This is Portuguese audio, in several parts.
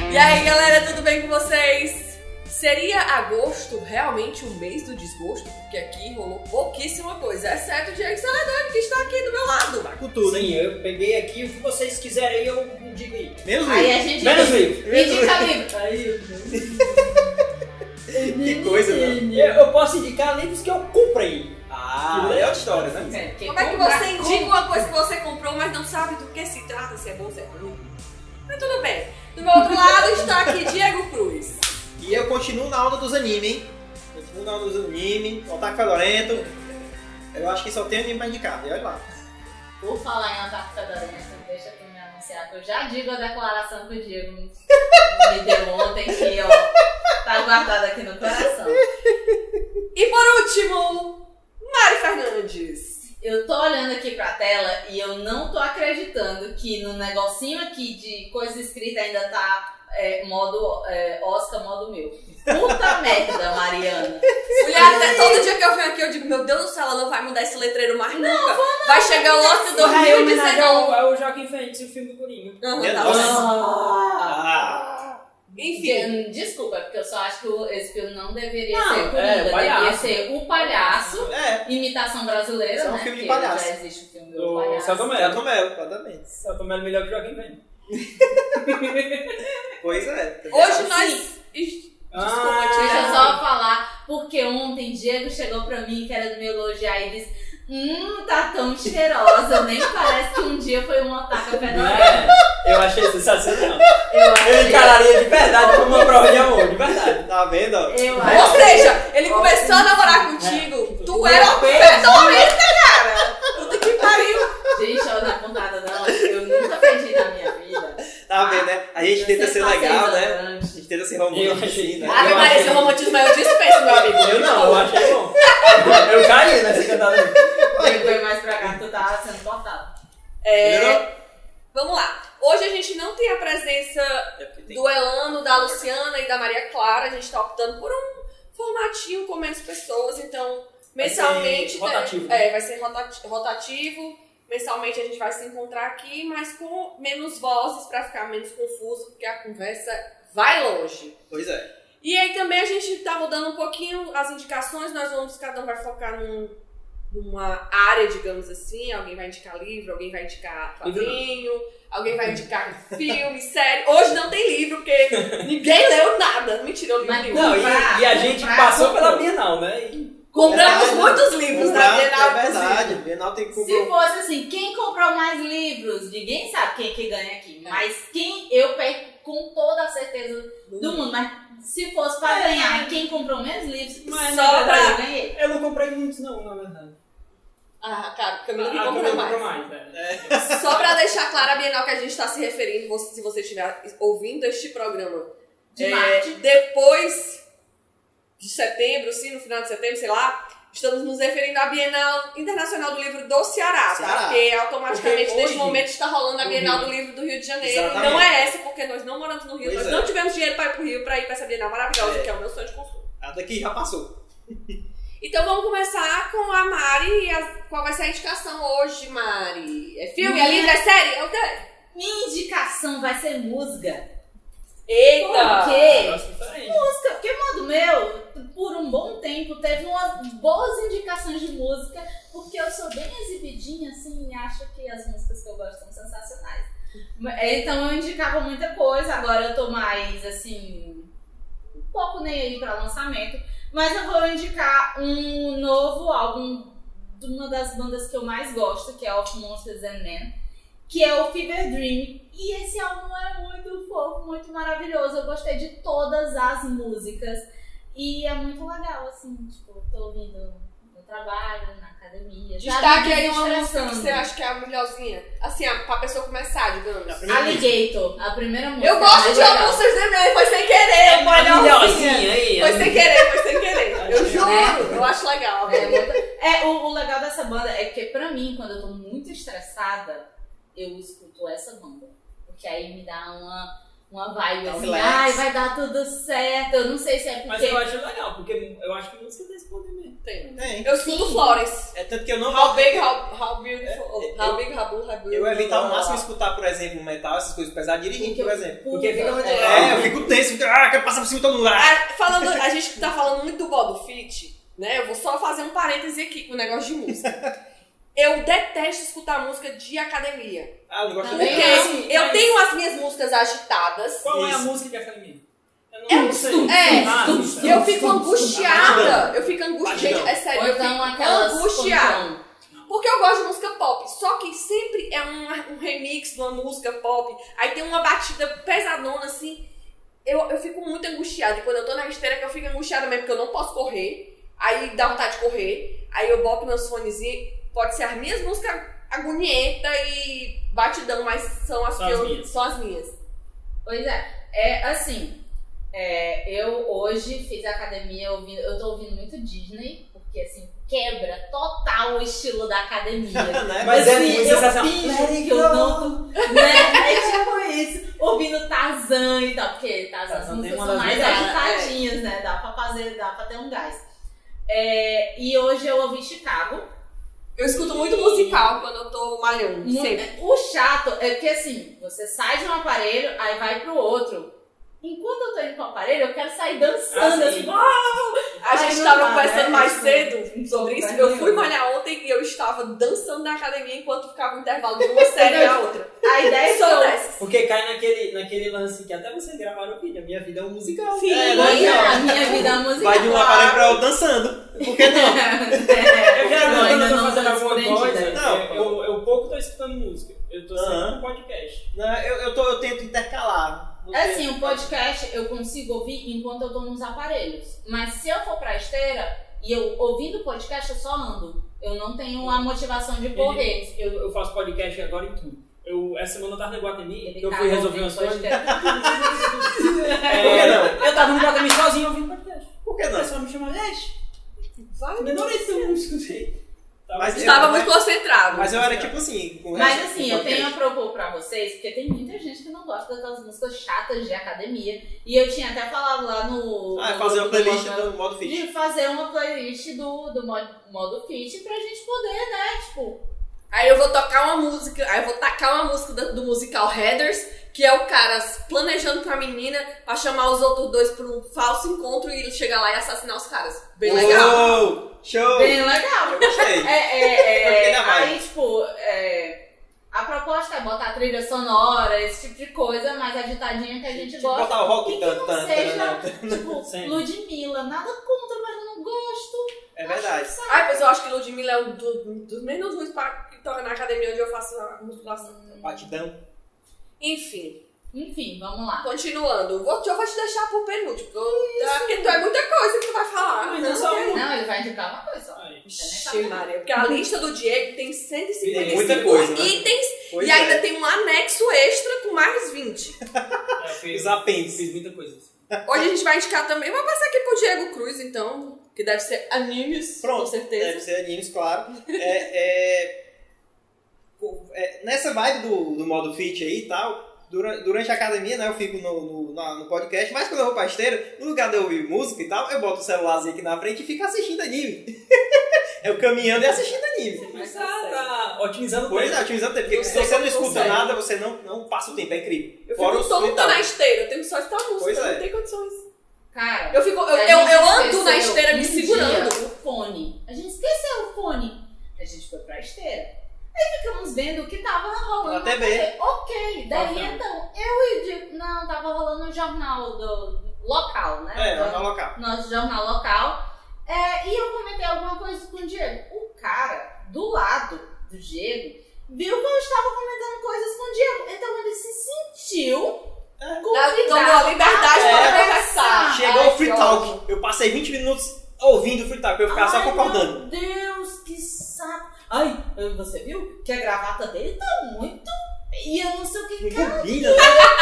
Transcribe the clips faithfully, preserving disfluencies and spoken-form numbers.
E aí, galera, tudo bem com vocês? Seria agosto realmente um mês do desgosto? Porque aqui rolou pouquíssima coisa, exceto o Diego Saladani, que está aqui do meu lado. Tá com tudo, Sim, hein? eu peguei aqui o que vocês quiserem, eu digo aí. Menos Aí livro. a gente Menos livro. indica livro. Aí, Que coisa, né? eu, eu posso indicar livros que eu comprei. Ah, é outra história, né? É, Como é que você indica uma coisa que você comprou, mas não sabe do que se trata, se é bom, se é ruim? Mas tudo bem. Do meu outro lado está aqui Diego Cruz. E eu continuo na onda dos anime, hein? Continuo na onda dos anime, Otaku Fedorento. Eu acho que só tem anime pra indicar, e olha lá. Por falar em Otaku Fedorento, deixa eu me anunciar que eu já digo a declaração que o Diego me deu ontem, que ó, tá guardada aqui no coração. E por último, Mari Fernandes. Eu tô olhando aqui pra tela e eu não tô acreditando que no negocinho aqui de coisa escrita ainda tá é, modo é, Oscar, modo meu. Puta merda, Mariana. Mulher, até todo dia que eu venho aqui eu digo, meu Deus do céu, ela não vai mudar esse letreiro mais nunca. Não, não, vai chegar o Oscar dois mil e dezenove. É o Joaquim Fênix e o filme do Coringa. Uhum, Meu tá Deus. bom. Ah, Enfim. Desculpa, porque eu só acho que o- esse filme não deveria Não, ser é, Coringa, deveria palhaço. ser O Palhaço, é, imitação brasileira, Isso é um né? filme de Porque palhaço. já existe o filme do Do Palhaço. Celton Mello. Celton Mello, exatamente. Celton Mello melhor que o Joaquim Fênix. Pois é. Hoje nós... Desculpa, Ah, Deixa eu só falar, porque ontem Diego chegou pra mim, que era do me elogiar, e disse: Hum, tá tão cheirosa, nem parece que um dia foi uma Otaku Não Fedorento. é? Eu achei sensacional. Eu Eu achei. encararia de verdade como uma prova de amor, de verdade. Tá vendo, ó? Eu Ou achei. seja, ele começou a namorar contigo, tu era um Meu fedorenta, cara. Puta que pariu. Gente, olha na pontada dela, eu nunca perdi na minha vida. Tá vendo, né? A gente tenta Você ser tá legal, sendo né? ignorante. A gente tenta ser Eu romântico, achei- assim, né? Ave Eu Maria, achei- seu romantismo é o dispenso, meu amigo. Eu não, eu achei bom. Eu caí nessa cantada aí. Diego veio mais pra cá, tu tá sendo cortado. É, vamos lá. Hoje a gente não tem a presença É porque tem- do Elano, da Luciana e da Maria Clara. A gente tá optando por um formatinho com menos pessoas, então Vai ser mensalmente rotativo, né? né? É, vai ser rotati- rotativo. Mensalmente a gente vai se encontrar aqui, mas com menos vozes pra ficar menos confuso, porque a conversa vai longe. Pois é. E aí também a gente tá mudando um pouquinho as indicações, nós vamos, cada um vai focar num, numa área, digamos assim, alguém vai indicar livro, alguém vai indicar quadrinho, alguém vai indicar filme, série. Hoje não tem livro, porque ninguém leu nada. Mentira, eu li um Mas livro. Não, e, Comprar, e a gente comprar, passou comprou. pela Bienal, né? E Compramos É, muitos livros na Comprar, Bienal. É verdade, Bienal tem que Se comprar. fosse assim, quem comprou mais livros, ninguém sabe quem que ganha aqui. Mas quem eu perco com toda a certeza do mundo. Mas se fosse pra É. ganhar quem comprou menos livros, Mas, só na pra verdade, eu ganhei. eu não comprei muitos não, na verdade. Ah, cara, Camila que Ah, comprou eu mais. comprei mais, velho. É. Só pra deixar claro a Bienal que a gente está se referindo, você- se você estiver ouvindo este programa De é, marketing. depois de setembro, sim, no final de setembro, sei lá, estamos nos referindo à Bienal Internacional do Livro do Ceará, Ceará. tá? Porque automaticamente Porque neste hoje- momento está rolando a no Bienal Rio. do Livro do Rio de Janeiro. Exatamente. Não é essa, porque nós não moramos no Rio, Pois nós é. não tivemos dinheiro para ir pro Rio para ir para essa Bienal maravilhosa, É. que é o meu sonho de consumo. A daqui já passou. Então vamos começar com a Mari. E a- qual vai ser a indicação hoje, Mari? É filme, é Minha- livro, é série? É o quê? Minha indicação vai ser música. Eita! Por quê? Negócio diferente. Música, porque modo meu, por um bom tempo, teve umas boas indicações de música, porque eu sou bem exibidinha, assim, e acho que as músicas que eu gosto são sensacionais. Então eu indicava muita coisa, agora eu tô mais, assim, um pouco nem aí pra lançamento, mas eu vou indicar um novo álbum de uma das bandas que eu mais gosto, que é Of Monsters and Men, que é o Fever Dream. E esse álbum é muito fofo, muito maravilhoso. Eu gostei de todas as músicas. E é muito legal, assim, tipo, tô ouvindo no trabalho, na academia. Destaque aí uma música que estressando. você acha que é a melhorzinha. Assim, a- pra pessoa começar, digamos. Alligator, a primeira música. Eu gosto mais de legal. Monsters and Men, foi sem querer, É melhorzinha. melhorzinha aí. Foi sem querer, foi sem querer. Eu Acho, juro, eu acho legal. É, muito- é, o, o legal dessa banda é que, pra mim, quando eu tô muito estressada, eu escuto essa banda. Porque aí me dá uma, uma vibe Tá um assim, relax. ai, vai dar tudo certo. Eu não sei se é Mas porque... eu acho legal, porque eu acho que música tem esse poder mesmo. Tem. Tem. Eu escuto Sim. Flores. É tanto que eu não How gosto. big, how, how beautiful. É, How eu- big, how blue, how beautiful. Eu evito ao máximo escutar, por exemplo, metal, essas coisas pesadas, dirigindo, por exemplo. Porque fica muito É, eu fico tenso, fico, ah, quero passar por cima de todo mundo. Ah. Ah, falando, a gente tá falando muito do modo fit, né? Eu vou só fazer um parêntese aqui com o negócio de música. Eu detesto escutar música de academia. Ah, eu não gosto de Também Porque metal. assim, eu mas- tenho as minhas músicas agitadas. Qual é a Isso. música de academia? Eu É um não sei. estu- é, nada, estu- sabe? Eu fico angustiada. Eu fico angustiada. Batidão. Gente, é sério, Ou eu então fico aquelas angustiada. com- Porque eu gosto de música pop, só que sempre é um, um remix de uma música pop, aí tem uma batida pesadona, assim, eu, eu fico muito angustiada, e quando eu tô na esteira que eu fico angustiada mesmo, porque eu não posso correr, aí dá vontade de correr, aí eu boto meus fonezinhos, pode ser as minhas músicas agonienta e batidão, mas são as São que as eu, minhas. são as minhas. Pois é, é assim, é, eu hoje fiz academia, ouvindo, eu tô ouvindo muito Disney, porque assim, quebra total o estilo da academia. Né? Mas é assim, muito eu sensacional. finjo que eu não tô, né? É tipo isso, ouvindo Tarzan e tal, porque Tarzan as Tarzan tem músicas uma são das mais melhores. agitadinhas, né? Dá pra fazer, dá pra ter um gás. É, e hoje eu ouvi Chicago. Eu escuto muito musical quando eu tô malhando, Mu- sempre. O chato é que assim, você sai de um aparelho, aí vai pro outro. Enquanto eu tô indo pro aparelho, eu quero sair dançando, Ah, assim, sim. uau! A Ai, gente não tava dá, conversando né? mais Tipo, cedo sobre isso. não Eu vai fui nenhum. malhar ontem e eu estava dançando na academia enquanto ficava o intervalo de uma série e a outra. A ideia é que Só eu... dessas. Porque cai naquele, naquele lance que até vocês gravaram o vídeo. A minha vida é um musical. Sim. É, Pois né? é, a minha vida musical. Vai de um aparelho pra outro dançando. Por que não? É, Eu já não, não, ainda quando eu tô não fazendo tô alguma desprendida. coisa, Não, eu, eu, eu pouco tô escutando música. Eu tô sempre Aham. no podcast. Não, eu, eu, tô, eu tento intercalar. Não É tento- assim, o podcast eu consigo ouvir enquanto eu tô nos aparelhos. Mas se eu for pra esteira e eu ouvindo o podcast, eu só ando. Eu não tenho a motivação de correr. Eu, eu faço podcast agora em tudo. Eu, essa semana eu tava no Guatemi, Ele eu tá fui resolver ouvindo umas coisas. podcast. É, Por que não? Eu tava no Guatemi sozinho ouvindo podcast. Por que O não? pessoal me chamou, Eish, Vai, demorei esse eu não escutei. Tava- Mas Estava eu- muito concentrado. Mas eu era tipo assim. Com o Mas resto assim, do eu podcast. tenho a propor pra vocês, porque tem muita gente que não gosta daquelas músicas chatas de academia. E eu tinha até falado lá no. Ah, no fazer uma grupo do playlist modo- do modo fit. De fazer uma playlist do, do modo, modo fit pra gente poder, né? Tipo. Aí eu vou tocar uma música, aí eu vou tacar uma música do, do musical Heathers, que é o cara planejando com a menina pra chamar os outros dois pra um falso encontro e ele chegar lá e assassinar os caras. Bem legal. Uou, show! Bem legal. Eu gostei. É, é, Eu fiquei é, na vibe. aí, tipo, é, a proposta é botar trilha sonora, esse tipo de coisa, mais agitadinha que a gente Tipo, gosta. botar o rock, e que tan, não tan, seja, tan, tan. tipo, Sempre. Ludmilla. Nada contra, mas eu não gosto. É verdade. Acho Ai, pois eu acho que Ludmilla é um do- dos menos ruins pra que toca na academia onde eu faço a musculação. Batidão. Enfim, Enfim, vamos lá. continuando. Vou, eu vou te deixar pro penúltimo, porque, eu- porque tu é muita coisa que tu vai falar. Mas Não, é só né? uma. Não, ele vai indicar uma coisa só. Aí. Ixi, Maria, porque a lista do Diego tem cento e cinquenta e Tem muita cinco coisa, né? itens Pois e é. ainda tem um anexo extra com mais vinte. É, eu fiz, Os apêndices. fiz muita coisa. Hoje a gente vai indicar também, vou passar aqui pro Diego Cruz, então, que deve ser animes, Pronto. com certeza. Deve ser animes, claro. É, é, é, nessa vibe do, do modo fit aí e tal, durante, durante a academia, né, eu fico no, no, na- no podcast, mas quando eu vou pra esteira, no lugar de eu ouvir música e tal, eu boto o celularzinho aqui na frente e fico assistindo anime. Eu caminhando e assistindo anime. Mas tá, tá otimizando o Pois tempo. é, otimizando o tempo, porque Eu se sei você como não escuta consegue. nada, você não, não passa o tempo, é incrível. Eu Fora fico os todo mundo e tal. na esteira, eu tenho só escutar música, Pois eu é. não tenho condições. Cara, Eu, fico, eu, a eu, gente eu ando na esqueceu esteira me um segurando. dia o fone. A gente esqueceu o fone. A gente foi pra esteira. Aí ficamos vendo o que tava rolando Na T V. Ok, daí Qual então, eu e o Diego. Não, tava rolando o jornal do local, né? É, Do- no local. Nosso jornal local. É, e eu comentei alguma coisa com o Diego. O cara do lado do Diego viu que eu estava comentando coisas com o Diego. Então ele se sentiu É. Ela convidado tomou a liberdade É. pra conversar. Chegou Ai, o Free que Talk. ódio. Eu passei vinte minutos ouvindo o Free Talk, eu ficava só Ai, concordando. Meu Deus, que saco. Ai, você viu que a gravata dele tá muito. E eu não sei o que Não que eu combina, né?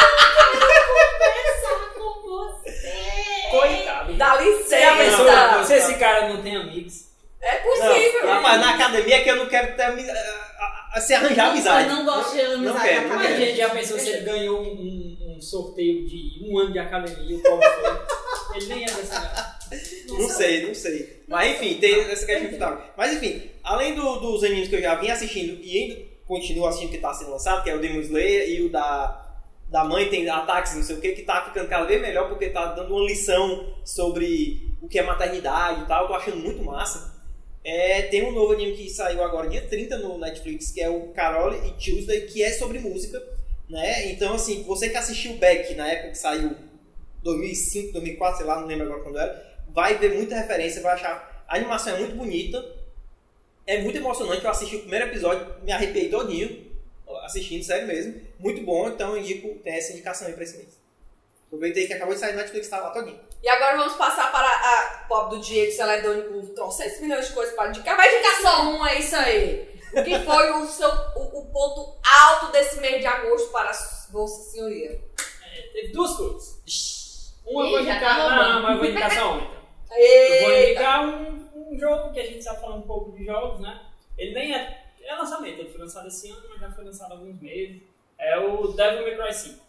conversar com você. Coitado. Dá Você já pensou licença. se esse cara não tem amigos? É possível. Não, rapaz, na academia que eu não quero ter ami- a- a- a- se arranjar amizade. Eu não gosto de amizade não quero, na não Mas a quero. academia. gente já pensou se ele ganhou um, um, um sorteio de um ano de academia, o pobre foi. Ele nem é desse cara. Não, não sei, não sei. Mas enfim, tem essa questão final. Mas enfim, além do, dos animes que eu já vim assistindo e ainda continuo assistindo que tá sendo lançado, que é o Demon Slayer e o da, da mãe tem ataques, não sei o que, que tá ficando cada vez melhor porque tá dando uma lição sobre o que é maternidade e tal. Eu tô achando muito massa. É, tem um novo anime que saiu agora dia trinta no Netflix, que é o Carole e Tuesday, que é sobre música, né? Então, assim, você que assistiu Beck na época que saiu dois mil e cinco, dois mil e quatro, sei lá, não lembro agora quando era, vai ver muita referência, vai achar... A animação é muito bonita, é muito emocionante. Eu assisti o primeiro episódio, me arrepiei todinho assistindo, sério mesmo. Muito bom, então eu indico, tem essa indicação aí pra esse mês. Aproveitei que acabou de sair no Netflix, tá lá todinho. E agora vamos passar para a pobre do Diego Celedoni com trocentos milhões de coisas para indicar. Vai indicar só um, é isso aí. O que foi o, seu, o, o ponto alto desse mês de agosto para a Vossa Senhoria? É, teve duas coisas. Uma eu Ih, vou já indicar, tá não, mas eu vou indicar só uma. Então. Eita. Eu vou indicar um, um jogo que a gente sabe falar um pouco de jogos, né? Ele nem é, é lançamento, ele foi lançado esse ano, mas já foi lançado há alguns meses. É o Devil May Cry cinco.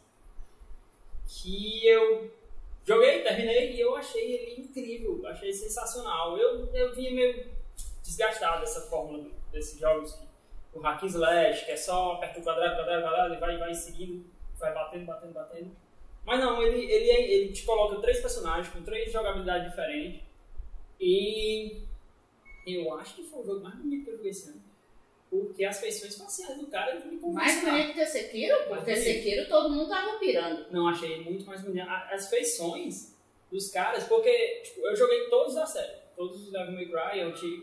Que eu joguei, terminei e eu achei ele incrível, achei sensacional. Eu, eu vinha meio desgastado dessa fórmula desses jogos, o hack and slash, que é só aperta o quadrado, quadrado, quadrado, e vai, vai seguindo, vai batendo, batendo, batendo. Mas não, ele, ele, ele te coloca três personagens com três jogabilidades diferentes. E eu acho que foi o jogo mais bonito que eu joguei esse ano. Porque as feições faciais do cara me convenceram. Mais bonito que o Sekiro? Porque Sekiro todo mundo tava pirando. Não, achei muito mais bonito. As feições dos caras, porque tipo, eu joguei todos da série. Todos os Devil May Cry, antigo.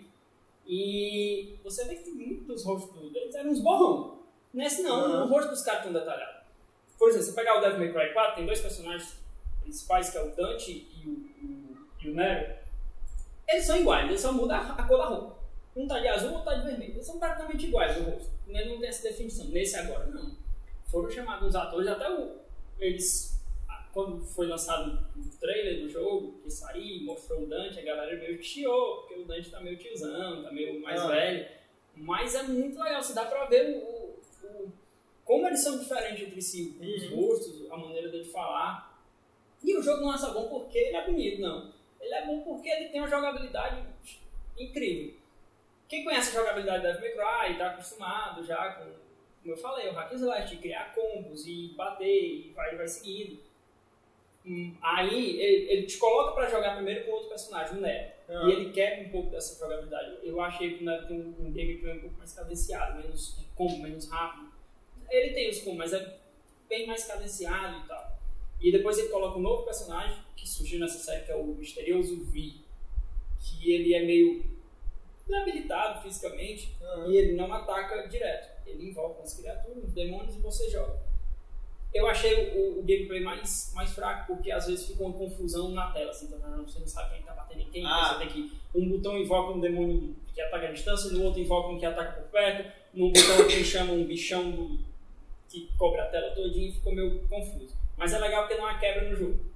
E você vê que muitos dos rostos deles eram uns borrão. Nesse não, uhum. O rosto dos caras tão detalhado. Por exemplo, se você pegar o Devil May Cry quatro, tem dois personagens principais, que é o Dante e o, o, e o Nero. Eles são iguais, eles só mudam a, a cor da roupa. Um tá de azul, outro tá de vermelho. Eles são praticamente iguais no rosto. Ele não tem essa definição. Nesse agora, não. Foram chamados os atores, até o, eles... Quando foi lançado o trailer do jogo, que saiu, mostrou o Dante, a galera meio que chiou, porque o Dante tá meio tiozão, tá meio mais ah. velho. Mas é muito legal, você dá pra ver o, o, como eles são diferentes entre si, os uhum. rostos, a maneira dele falar. E o jogo não é só bom porque ele é bonito, não. Ele é bom porque ele tem uma jogabilidade incrível. Quem conhece a jogabilidade da Devil May Cry está acostumado já com, como eu falei, o hack and slash, criar combos e bater e vai, vai seguindo. Hum, aí ele, ele te coloca para jogar primeiro com outro personagem, o Nero. Uhum. E ele quebra um pouco dessa jogabilidade. Eu achei que o Nero tem um, um gameplay um pouco mais cadenciado, menos combo, menos rápido. Ele tem os combos, mas é bem mais cadenciado e tal. E depois ele coloca um novo personagem que surgiu nessa série, que é o Misterioso V. Que ele é meio... não é habilitado fisicamente uhum. e ele não ataca direto. Ele invoca as criaturas, os demônios e você joga. Eu achei o, o gameplay mais, mais fraco porque às vezes fica uma confusão na tela. Assim, então você não sabe quem está batendo em quem. Ah. Você tem que... Um botão invoca um demônio que ataca à distância, no outro invoca um que ataca por perto, num botão que chama um bichão do, que cobre a tela todinha e ficou meio confuso. Mas é legal porque não há quebra no jogo.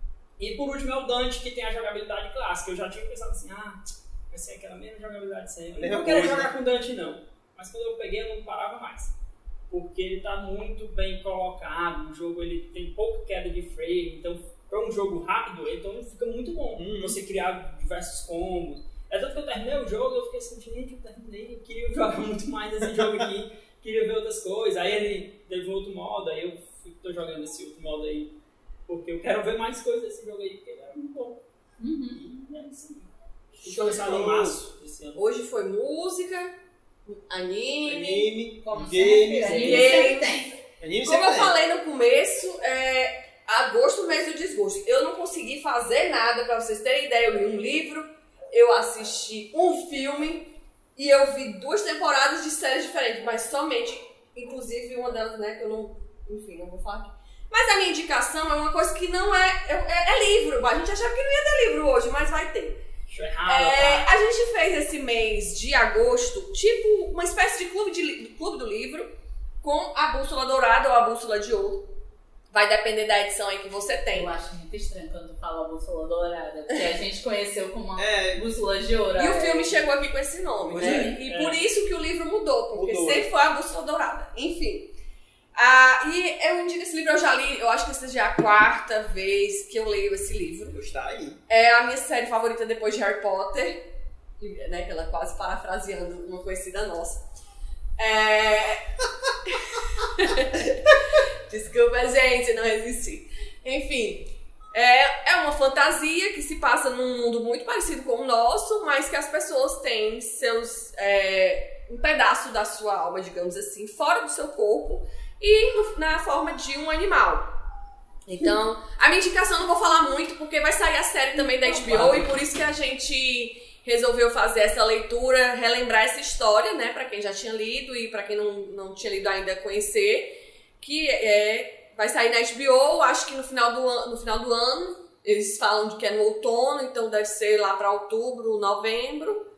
E por último é o Dante, que tem a jogabilidade clássica. Eu já tinha pensado assim, ah... vai ser aquela mesma jogabilidade sempre. Eu não quero jogar com o Dante, não. Mas quando eu peguei, eu não parava mais. Porque ele está muito bem colocado. O jogo ele tem pouca queda de frame. Então, para um jogo rápido, então fica muito bom. Hum. Você criar diversos combos. É tanto que eu terminei o jogo, eu fiquei assim, gente, eu terminei. Eu queria jogar muito mais esse jogo aqui. Queria ver outras coisas. Aí ele teve um outro modo. Aí eu estou jogando esse outro modo aí. Porque eu quero ver mais coisas desse jogo aí. Porque ele era muito bom. Uhum. E é isso. Show de março. Hoje foi música, anime, anime como games, sempre, game. tem. Anime como eu tem. falei no começo, é agosto, mês do desgosto. Eu não consegui fazer nada, pra vocês terem ideia. Eu li um livro, eu assisti um filme e eu vi duas temporadas de séries diferentes, mas somente, inclusive uma delas, né, que eu não, enfim, não vou falar aqui. Mas a minha indicação é uma coisa que não é, é, é livro. A gente achava que não ia ter livro hoje, mas vai ter. Errado, é, tá? a gente fez esse mês de agosto, tipo uma espécie de clube, de, clube do livro, com a bússola dourada ou a bússola de ouro. Vai depender da edição aí que você tem. Eu acho muito estranho quando tu fala bússola dourada, porque a gente conheceu como uma é, bússola de ouro. E o filme chegou aqui com esse nome, né? É, e é. por isso que o livro mudou, porque mudou. sempre foi a bússola dourada. Enfim. Ah, e eu indico esse livro, eu já li, eu acho que essa já é a quarta vez que eu leio esse livro. Está aí. É a minha série favorita depois de Harry Potter, né, que ela é quase parafraseando uma conhecida nossa. É... Desculpa, gente, não resisti. Enfim, é, é uma fantasia que se passa num mundo muito parecido com o nosso, mas que as pessoas têm seus... É, um pedaço da sua alma, digamos assim, fora do seu corpo e no, na forma de um animal. Então, a minha indicação eu não vou falar muito, porque vai sair a série também da H B O, e por isso que a gente resolveu fazer essa leitura, relembrar essa história, né, pra quem já tinha lido e pra quem não, não tinha lido ainda conhecer, que é, vai sair na H B O, acho que no final do, an- no final do ano, eles falam de que é no outono, então deve ser lá pra outubro, novembro,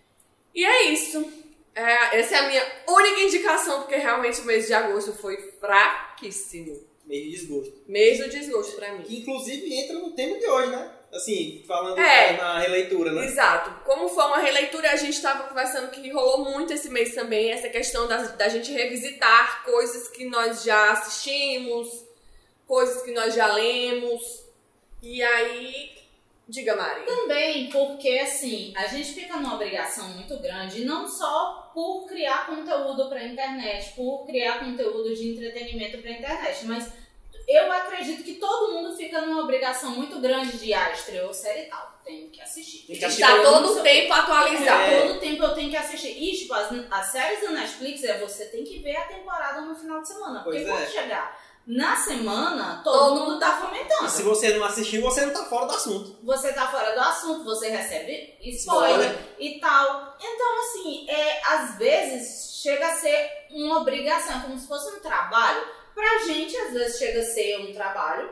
e é isso. É, essa é a minha única indicação, porque realmente o mês de agosto foi fraquíssimo. Meio desgosto. Mês do desgosto pra mim. Que inclusive entra no tema de hoje, né? Assim, falando É. na releitura, né? Exato. Como foi uma releitura, a gente estava conversando que rolou muito esse mês também, essa questão da, da gente revisitar coisas que nós já assistimos, coisas que nós já lemos. E aí... Diga, Mari. Também porque, assim, a gente fica numa obrigação muito grande, não só por criar conteúdo pra internet, por criar conteúdo de entretenimento pra internet, mas eu acredito que todo mundo fica numa obrigação muito grande de, ah, estreou série e tal, tenho que assistir. Tem que assistir Está todo todo o tempo atualizado. É, É. todo tempo eu tenho que assistir. E, tipo, as, as séries da Netflix, é você tem que ver a temporada no final de semana. Porque Pois quando é. chegar na semana, todo, Todo mundo tá fomentando. E se você não assistiu, você não tá fora do assunto. Você tá fora do assunto, você recebe spoiler, Spoiler. e tal. Então, assim, é, às vezes chega a ser uma obrigação, como se fosse um trabalho. Pra gente, às vezes chega a ser um trabalho,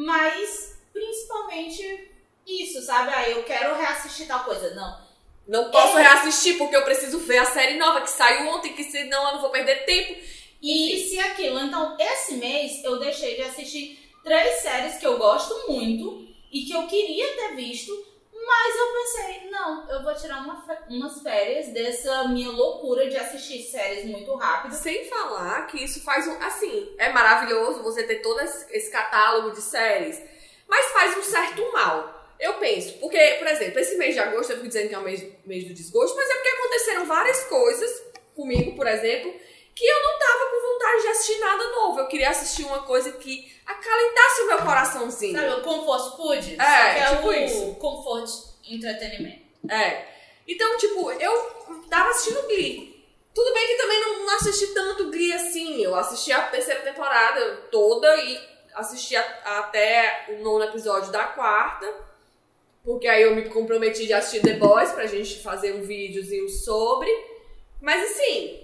mas principalmente isso, sabe? Ah, eu quero reassistir tal coisa. Não. Não posso É. reassistir porque eu preciso ver a série nova que saiu ontem, que senão eu não vou perder tempo. E isso e aquilo. Então, esse mês eu deixei de assistir três séries que eu gosto muito e que eu queria ter visto, mas eu pensei, não, eu vou tirar uma, fe- umas férias dessa minha loucura de assistir séries muito rápido. Sem falar que isso faz um... Assim, é maravilhoso você ter todo esse esse catálogo de séries, mas faz um certo mal. Eu penso, porque, por exemplo, esse mês de agosto, eu fico dizendo que é o mês, mês do desgosto, mas é porque aconteceram várias coisas comigo, por exemplo, que eu não tava com vontade de assistir nada novo. Eu queria assistir uma coisa que acalentasse o meu coraçãozinho. Sabe, o Comfort Food? É, que é tipo o isso. Comfort Entretenimento. É. Então, tipo, eu tava assistindo Glee. Tudo bem que também não, não assisti tanto Glee assim. Eu assisti a terceira temporada toda e assisti a, até o nono episódio da quarta. Porque aí eu me comprometi de assistir The Boys pra gente fazer um videozinho sobre. Mas assim...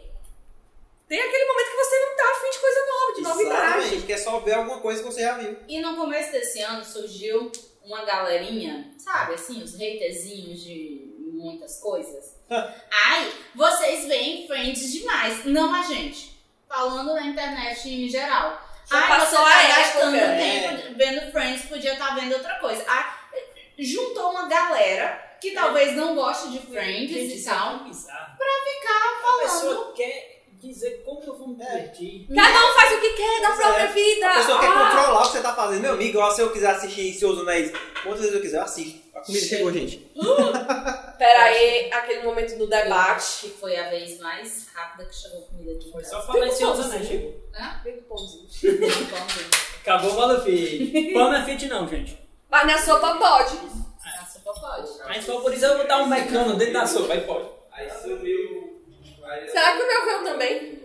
Tem aquele momento que você não tá afim de coisa nova, de novidade. Exatamente, quer só ver alguma coisa que você já viu. E no começo desse ano surgiu uma galerinha, sabe, assim, os haterzinhos de muitas coisas. Ai, vocês veem Friends demais. Não a gente. Falando na internet em geral. Já Ai, você passou tá a gastando época, tempo vendo Friends, podia estar vendo outra coisa. Ai, juntou uma galera que talvez não goste de Friends Gente, e isso é tal, tão bizarro. ficar A falando. pessoa quer dizer como eu vou me divertir. Cada um faz o que quer da Pois própria é. vida. A pessoa quer Ah. controlar o que você tá fazendo. Meu amigo, ó, se eu quiser assistir Senhor dos Anéis, quantas vezes eu quiser, eu assisto. A comida chegou, gente. Pera aí, aquele momento do debate. Que foi a vez mais rápida que chegou comida aqui. Foi em só casa. falar em Tem Senhor um dos Anéis, pãozinho. chegou. Hã? Vem com pãozinho. Pãozinho. Acabou o Mano Fit. Pão não é fit não, gente. Mas na sopa pode. A sopa pode. Mas só por isso eu vou botar um mecano dentro da sopa, aí pode. Aí sumiu. Aí- Será que o meu veio também?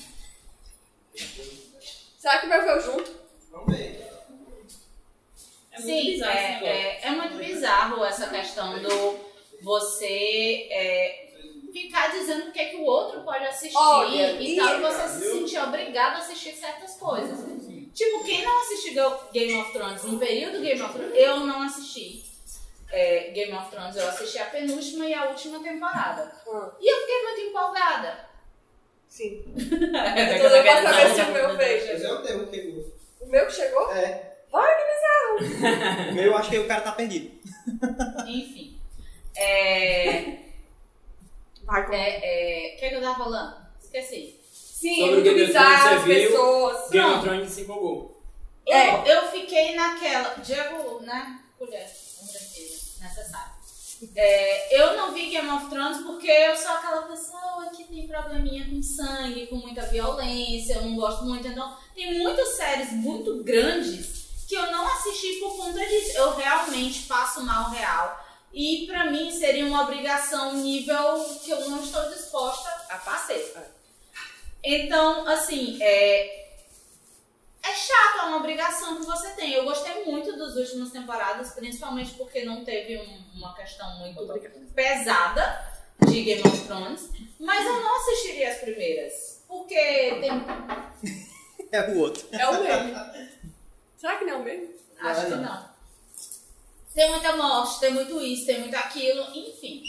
Será que o meu veio junto? Vamos ver. É muito Sim, bizarro esse é, negócio. é, é muito bizarro essa questão do você é, ficar dizendo o que, é que o outro pode assistir Olha, e e- tal, e você se sentir obrigado a assistir certas coisas. Tipo, quem não assistiu Game of Thrones no período Game of Thrones, eu não assisti. É, Game of Thrones, eu assisti a penúltima e a última temporada. Ah, E eu fiquei muito empolgada. sim. É, Eu tô doida pra saber se o meu Mas veio. é o teu que chegou. O meu que chegou? É. Vai, que bizarro. O meu, eu acho que o cara tá perdido. Enfim. É. Vai com É, é, o que, é que eu tava falando? Esqueci. Sim, Sobre é muito Game of Thrones, bizarro, as você viu? pessoas. Game Não. of Thrones se empolgou. Eu, É. eu fiquei naquela. Diego, né? Colher, com certeza, necessário. É, eu não vi Game of Thrones porque eu sou aquela pessoa que tem probleminha com sangue, com muita violência, eu não gosto muito. Então, tem muitas séries muito grandes que eu não assisti por conta disso. Eu realmente passo mal real. E pra mim seria uma obrigação nível que eu não estou disposta a fazer. Então, assim, é. É chato, é uma obrigação que você tem. Eu gostei muito das últimas temporadas, principalmente porque não teve um- uma questão muito pesada de Game of Thrones. Mas eu não assistiria as primeiras. Porque tem. É o outro. É o meme. Será que não é o meme? Acho que não. Tem muita morte, tem muito isso, tem muito aquilo, enfim.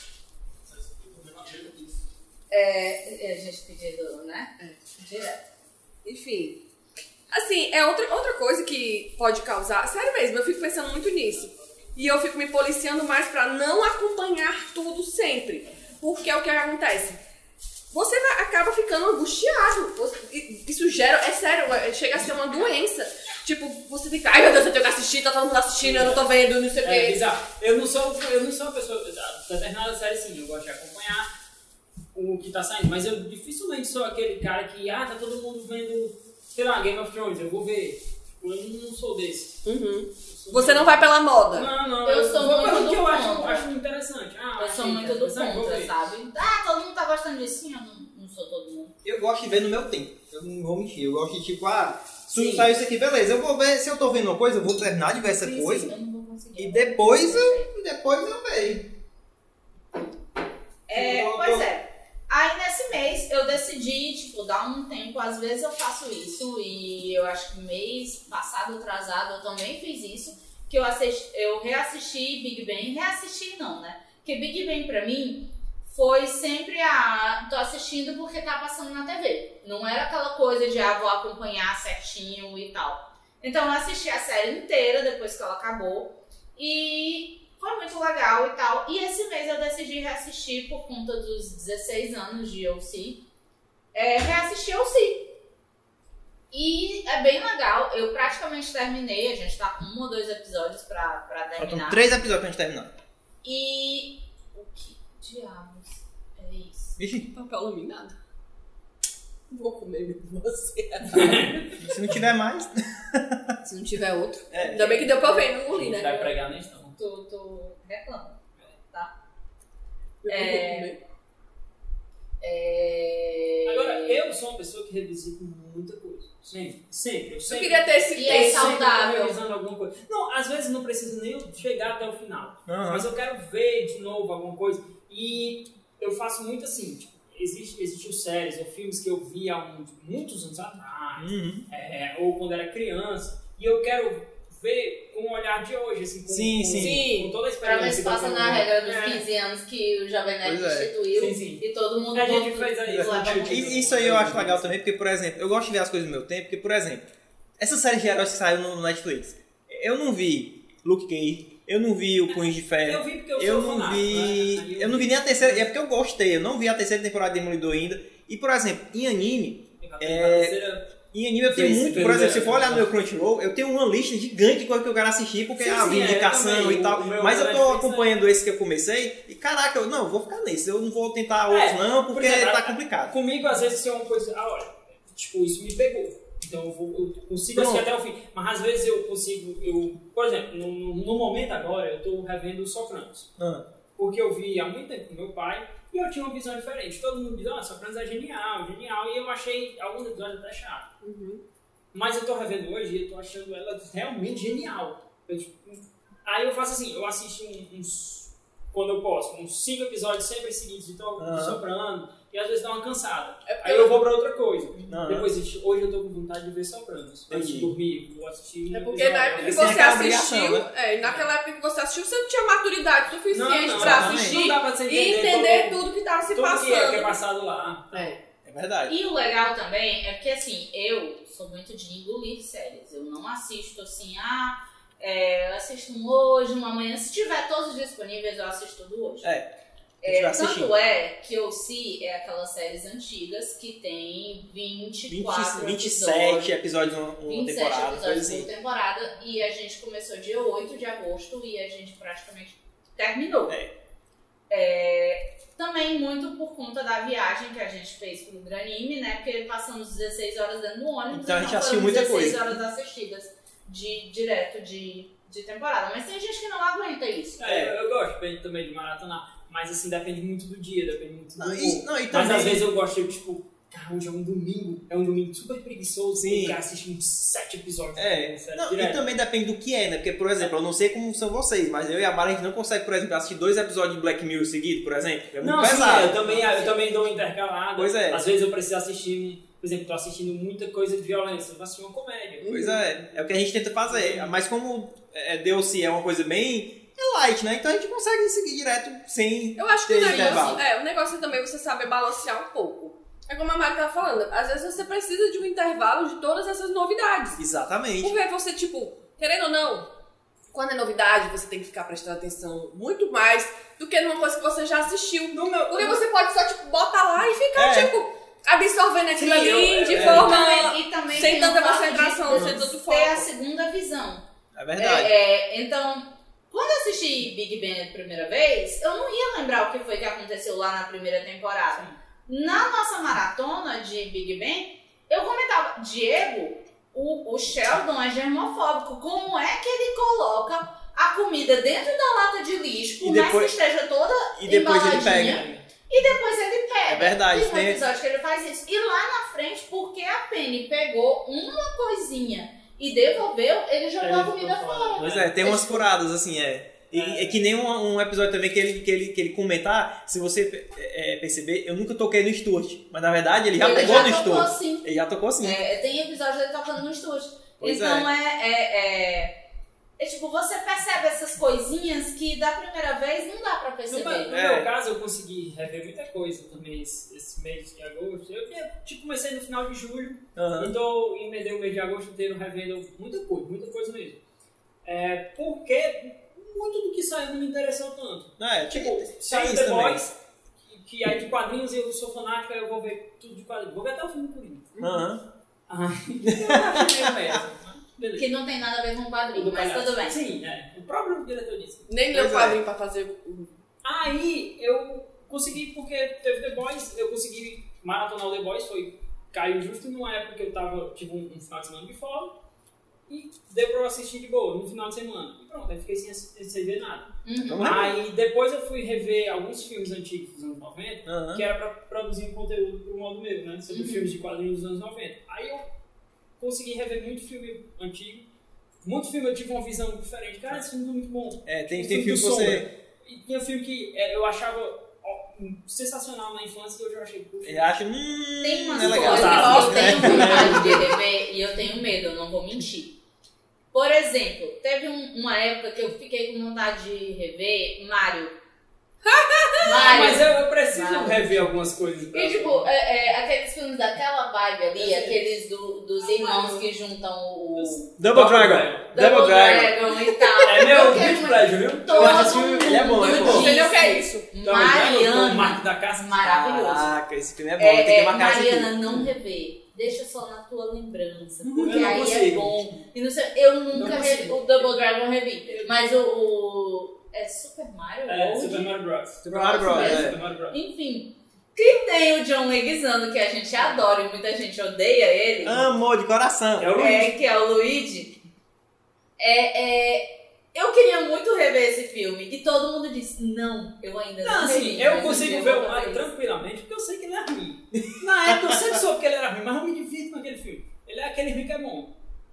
É, é, a gente pedindo, né? Direto. Enfim. Assim, é outra, outra coisa que pode causar... Sério mesmo, eu fico pensando muito nisso. E eu fico me policiando mais pra não acompanhar tudo sempre. Porque é o que acontece. Você vai, acaba ficando angustiado. Você- Isso gera... É sério, é- chega a ser uma doença. Tipo, você fica... Ai, meu Deus, eu tenho que assistir, tá todo mundo assistindo, eu não tô vendo, não sei o É quê. bizarro. Eu não sou, eu não sou uma pessoa. Determinada série, sim, eu gosto de acompanhar o que tá saindo, mas eu dificilmente sou aquele cara que, ah, tá todo mundo vendo, sei lá, Game of Thrones, eu vou ver. Tipo, eu não sou desse. Uhum. Eu sou- Você não vai pela moda. Não, não, Eu sou vou muito pelo que do eu acho, contra. acho interessante. Ah, Eu achei sou muito do interessante, vou contra, ver. sabe? Ah, todo mundo tá gostando disso. Sim, eu não, não sou todo mundo. Eu gosto de ver no meu tempo. Eu não vou mentir. Eu gosto de tipo, ah, Sim. se saiu isso aqui, beleza. Eu vou ver, se eu tô vendo uma coisa, eu vou terminar de ver essa Sim, coisa. Eu não vou conseguir. E depois eu, depois eu vejo. É, Eu- pois eu- é. Aí nesse mês eu decidi, tipo, dar um tempo. Às vezes eu faço isso e eu acho que mês passado, atrasado, eu também fiz isso. Que eu, assisti, eu reassisti Big Bang. Reassisti não, né? Porque Big Bang pra mim foi sempre a... Tô assistindo porque tá passando na T V. Não era aquela coisa de, ah, vou acompanhar certinho e tal. Então eu assisti a série inteira depois que ela acabou. E... foi muito legal e tal. E esse mês eu decidi reassistir por conta dos dezesseis anos de O C. É, reassistir O C. E é bem legal. Eu praticamente terminei. A gente tá com um ou dois episódios pra, pra Faltam terminar. três episódios pra gente terminar. E... o que diabos é isso? Vixe, Papel laminado. Vou comer mesmo você. se não tiver mais. Se não tiver outro. É. Ainda bem que deu pra ver, não A engoli, gente né? vai pregar nisso, não. Tô, tô reclamando. Tá? Eu É. vou comer. É... Agora, eu sou uma pessoa que revisita muita coisa. Sempre, sempre. Eu Eu sempre queria ter esse E é tempo. sempre tô saudável. revisando alguma coisa. Não, às vezes não preciso nem eu chegar até o final. Aham. Mas eu quero ver de novo alguma coisa. E eu faço muito assim, tipo, existe, existiu séries ou filmes que eu vi há uns, muitos anos atrás, Uhum. é, ou quando era criança, e eu quero ver com o olhar de hoje, assim, com, Sim, com, sim. com toda a Pra ver experiência. se que eu passa tenho. na regra dos É. quinze anos que o Jovem Nerd Pois é. instituiu. Sim, sim. E todo mundo... A gente todo- fez aí, leva isso. muito. E isso aí eu acho legal também, porque, por exemplo, eu gosto de ver as coisas no meu tempo, porque, por exemplo, essa série de heróis que saiu no Netflix, eu não vi Luke Cage, eu não vi o Punho de Ferro, Eu vi porque eu, eu sou não fanático, vi. né? Aí Eu não vi nem a terceira, é porque eu gostei, eu não vi a terceira temporada de Demolidor ainda. E, por exemplo, em anime, É... em anime eu tenho Fez- muito, fez por exemplo, o- se eu for olhar no meu Crunchyroll, eu tenho uma lista gigante de coisas que eu quero assistir, porque Sim, ah, sim, vi é, eu indicação também. e tal. O meu Mas eu tô Netflix, acompanhando esse que eu comecei, e caraca, eu não, eu vou ficar nesse, eu não vou tentar outros É, não, por porque exemplo, tá a- complicado. Comigo, às vezes, é uma coisa. Ah, olha, tipo, isso me pegou. Então eu, vou, eu consigo assistir Pronto. até o fim. Mas às vezes eu consigo. Eu, por exemplo, no, no- no momento agora, eu tô revendo os Sopranos. Ah, Porque eu vi há muito tempo com meu pai e eu tinha uma visão diferente. Todo mundo diz, ah, Sopranos é genial, genial. E eu achei alguns episódios até chato. Uhum. Mas eu tô revendo hoje e eu tô achando ela realmente genial. Eu, tipo, aí eu faço assim, eu assisto um- uns, quando eu posso, uns cinco episódios sempre seguidos de to- de Aham. Soprano, e às vezes dá uma cansada. É porque Aí eu vou pra outra coisa. Aham. Depois, hoje eu tô com vontade de ver Sopranos. Antes de Entendi. dormir, vou assistir um É porque episódio. na época que Sem você aquela assistiu, obrigação, é, naquela época que você assistiu, você não tinha maturidade suficiente Não, não, pra exatamente. assistir Não dá pra você e entender entender todo- tudo que tava se Tudo passando. que é, que é passado lá. É. é verdade. E o legal também é porque, assim, eu sou muito de engolir séries. Eu não assisto, assim, ah, é, eu assisto um hoje, um amanhã. Se tiver todos os dias disponíveis, eu assisto tudo hoje. É. É, vai assistir. tanto é que O C é aquelas séries antigas que tem vinte e quatro vinte, vinte e sete episódios numa vinte e sete temporada, coisa episódios assim. por temporada, e a gente começou dia oito de agosto e a gente praticamente terminou. É. É, também muito por conta da viagem que a gente fez pro Granime, né? Porque passamos dezesseis horas dentro do ônibus, Então a gente foram assistiu muita dezesseis coisa. horas assistidas de, direto de, de temporada. Mas tem gente que não aguenta isso. É, eu, eu gosto bem também de maratonar, mas assim, depende muito do dia, depende muito do Não, e, humor. não, e Mas também, às vezes eu gosto, de, tipo, cara, hoje é um domingo, é um domingo super preguiçoso, Sim. e o cara assiste uns sete episódios. É, né, série não, e direto. também depende do que é, né? Porque, por exemplo, eu não sei como são vocês, mas eu e a Mara, a gente não consegue, por exemplo, assistir dois episódios de Black Mirror seguidos, por exemplo. É muito Não, sim, pesado. eu também, eu também dou uma intercalada. Pois é. Às vezes eu preciso assistir, por exemplo, tô assistindo muita coisa de violência, eu vou assistir uma comédia. Pois é, é o que a gente tenta fazer. Mas como é, D L C é uma coisa bem é light, né? Então a gente consegue seguir direto sem Eu acho que o ter negócio, intervalo. é, o negócio é também você saber balancear um pouco. É como a Mari tava falando, às vezes você precisa de um intervalo de todas essas novidades. Exatamente. Porque você, tipo, querendo ou não, quando é novidade, você tem que ficar prestando atenção muito mais do que numa coisa que você já assistiu. No meu, Porque você pode só, tipo, botar lá e ficar, É. tipo, absorvendo aquilo Sim, ali eu- de é. forma... Também- e também sem tem tanta o fato concentração, de sem tanto ter foco. a segunda visão. É verdade. É, é, então, quando eu assisti Big Bang a primeira vez, eu não ia lembrar o que foi que aconteceu lá na primeira temporada. Sim. Na nossa maratona de Big Bang, eu comentava, Diego, o, o Sheldon é germofóbico. Como é que ele coloca a comida dentro da lata de lixo, por E mais depois- que esteja toda E depois ele embaladinha, pega. e depois ele pega. É verdade, Tem um tem- episódio que ele faz isso. E lá na frente, porque a Penny pegou uma coisinha e devolveu, ele jogou Ele a comida jogou fora. Pois é, tem umas furadas assim, é. E, É. é que nem um, um episódio também que ele, que ele, que ele comentar, se você é, perceber, eu nunca toquei no Stuart. Mas na verdade ele já Ele pegou já no tocou Stuart. sim. Ele já tocou sim. É, tem episódio dele tocando no estúdio. Pois Então é. É, é, é tipo, você percebe essas coisinhas que da primeira vez não dá pra No, perceber. meu- no É. meu caso, eu consegui rever muita coisa também esse, esse mês de agosto. Eu tipo, comecei no final de julho, Aham. então emendei o mês de agosto inteiro revendo muita coisa, muita coisa mesmo. É, porque muito do que saiu não me interessou tanto. Não, é, Tipo, tem saiu isso The também. Boys, que, que é de quadrinhos e eu sou fanática, eu vou ver tudo de quadrinhos. Vou ver até o filme do Coringa. Aham. Ah, eu achei meio merda, mas beleza. Que não tem nada a ver com o quadrinho, Do mas palhaço. tudo bem. Sim, é. O próprio diretor disse. Nem leu Pois o é. quadrinho pra fazer... o- Aí eu consegui, porque teve The Boys, eu consegui maratonar o The Boys, foi, caiu justo numa época que eu tava, tive um, um final de semana de folga, e deu pra eu assistir de boa, no final de semana. E pronto, aí fiquei sem, assi- sem ver nada. Uhum. Então, Aí depois eu fui rever alguns filmes antigos dos anos noventa, Aham. que era pra produzir um conteúdo pro modo meu, né, sobre Uhum. filmes de quadrinhos dos anos noventa. Aí eu consegui rever muito filme antigo, muito filme eu tive uma visão diferente. Cara, esse filme é muito bom. É, tem, O tem filme filme que do você. Sombra. E tinha filme que é, eu achava ó, sensacional na infância e hoje eu achei. puxa, Ele acha. Hum, Tem umas é legal. coisas Nossa, que eu né? tenho vontade de rever e eu tenho medo, eu não vou mentir. Por exemplo, teve um- uma época que eu fiquei com vontade de rever Mario. Mario. Mas eu, eu preciso Mario. rever algumas coisas. pra- E tipo, é, é, aqueles filmes daquela vibe ali, Eu sei. aqueles do- dos irmãos que juntam o Double Dragon. Double Dragon. e tal. É meu Eu quero guilty muito- pleasure, viu? Todo Eu acho esse filme. Ele é bom, é bom. mundo Entendeu o que é disse, isso? Double Dragon, com o Mariana. Marco da Casa. Maravilhoso. Caraca, esse filme é bom, É, tem que é, marcar esse Mariana, filme. não rever. Deixa só na tua lembrança. Eu Porque não aí é consigo. bom. E não sei, eu nunca Não revi consigo. o Double Dragon eu revi. Mas o, o. É Super Mario? É, World? Super Mario Bros. Super Mario Bros. É, é. Super Mario Bros. Enfim. Que tem o John Leguizamo, que a gente adora e muita gente odeia ele. Amor de coração. É o Luigi. É, que é o Luigi. É, é, eu queria muito rever esse filme. E todo mundo disse, não, eu ainda não, Não, assim, revi. eu mas um consigo dia ver vou o fazer Mario isso. tranquilamente porque eu sei que ele é ruim. Na época eu sempre soube que ele era ruim, mas eu me divirto naquele filme. Ele é aquele ruim que é bom.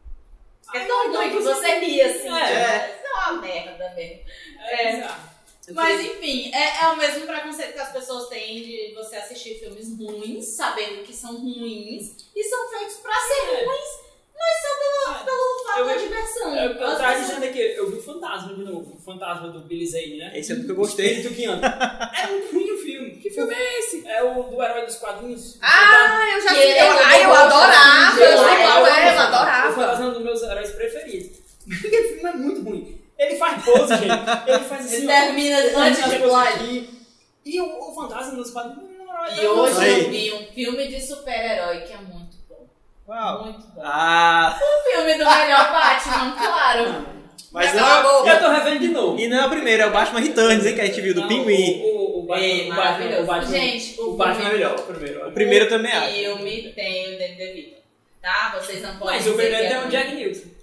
É Aí, tão então, ruim que você- você ria assim. É. né? Isso é uma merda mesmo. É, É. bizarro. Mas enfim, é, é o mesmo preconceito que as pessoas têm de você assistir filmes ruins, sabendo que são ruins, e são feitos pra ser É. ruins, mas só pelo, É. pelo fato Eu- da diversão. Eu, eu As tava pessoas- dizendo aqui, eu vi o Fantasma de novo, o Fantasma do Billy Zane, né? Esse é do que eu gostei. Espírito que anda. É muito ruim o filme. Que filme é esse? É o do Herói dos Quadrinhos. Ah, eu já Que sei. ele Eu, é o ah, eu robô adorava. de Eu sei Angela, qual eu é, eu amo. O adorava. Fantasma é um dos meus heróis preferidos. Aquele filme é muito ruim. Ele faz pose, gente. Ele faz assim. Ele termina ó, antes as de poses pular. aqui. E o, o fantasma nos quadrinhos não é E tão hoje Aí. eu vi um filme de super-herói que é muito bom. Uau. Muito bom. Ah, O filme do melhor Batman, claro. mas Cala não a é, boca. Eu tô revendo de novo. e não é o primeiro, é o Batman Returns, hein, que a gente viu, do Não, Pinguim. O, o, o Batman, É, o Batman, maravilhoso. o Batman, Gente, o o Batman filme- é melhor, o primeiro. O primeiro eu também O acho. filme tem o Danny DeVito, tá? Vocês não podem Mas o dizer primeiro que tem é o ruim. Jack Nicholson.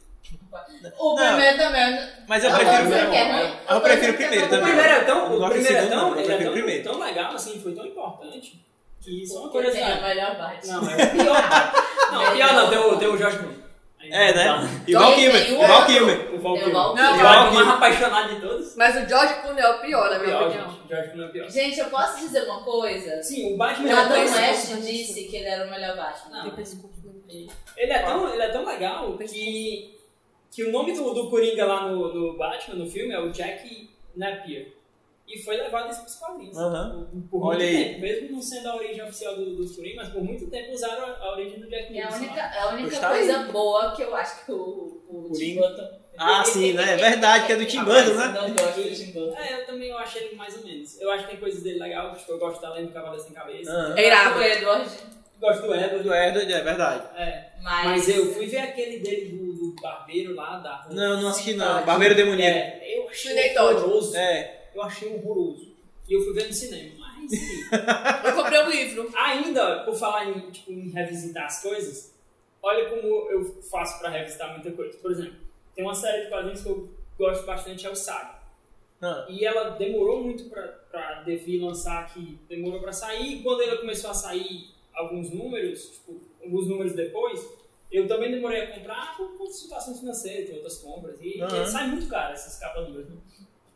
O Não. primeiro também. Mas eu Não prefiro vou dizer o que é primeiro. ruim. Eu prefiro o primeiro O também. primeiro é tão, Eu o gosto do primeiro é segundo, tão, não, eu ele é prefiro tão, o primeiro. tão legal, assim, foi tão importante, que só uma Porque tem o curiosidade. melhor Batman. Não, é o pior Batman. Não, pior não, tem o, tem o George Clooney. Aí, É, né? tá. E o Val Tem- Kilmer. tem o O Val outro. Kilmer. O Val Tem o Kilmer. Val O Kilmer. Val Kilmer, o mais apaixonado de todos. Mas o George Clooney é o pior, na minha Pior, opinião. gente. George Clooney é o pior. Gente, eu posso dizer uma coisa? Sim, o Batman O é Adam tão... conheço. West disse que ele era o melhor Batman. Não, ele é tão, ele é tão legal que, que o nome do, do Coringa lá no, no Batman, no filme, é o Jack Napier. E foi levado isso pros quadrinhos. Aham. Por, por Olha muito aí. tempo, mesmo não sendo a origem oficial do, dos Coringa, mas por muito tempo usaram a, a origem do Jack É a Nicholson. única, lá. é a única Gostar coisa aí. boa que eu acho que o, o Tim Coringa. Burton... Ah, sim, né? É verdade, que é do Tim Burton, né? Não gosto do Tim Burton. É, eu também eu acho ele mais ou menos. Eu acho que tem coisas dele legais, tipo, eu gosto da Lenda do Cavaleiro Sem Cabeça. Aham. É irado. O Edward, Gosto do Edward. Do Edward, é verdade. É. mas... Mas eu fui ver aquele dele do, do barbeiro lá da rua. Não, não assisti não. Sim, Barbeiro Demoníaco. É, eu achei Sweeney Todd. horroroso. É. Eu achei horroroso. E eu fui ver no cinema. Mas, sim. Eu comprei um livro. Ainda, por falar em, tipo, em revisitar as coisas, olha como eu faço pra revisitar muita coisa. Por exemplo, tem uma série de quadrinhos que eu gosto bastante, é o Saga. Ah. E ela demorou muito pra, pra Devir lançar aqui. Demorou pra sair. E quando ela começou a sair alguns números, tipo, alguns números depois, eu também demorei a comprar por, por situações financeiras, tem outras compras. E, Uhum. e sai muito caro essas capas duras, né?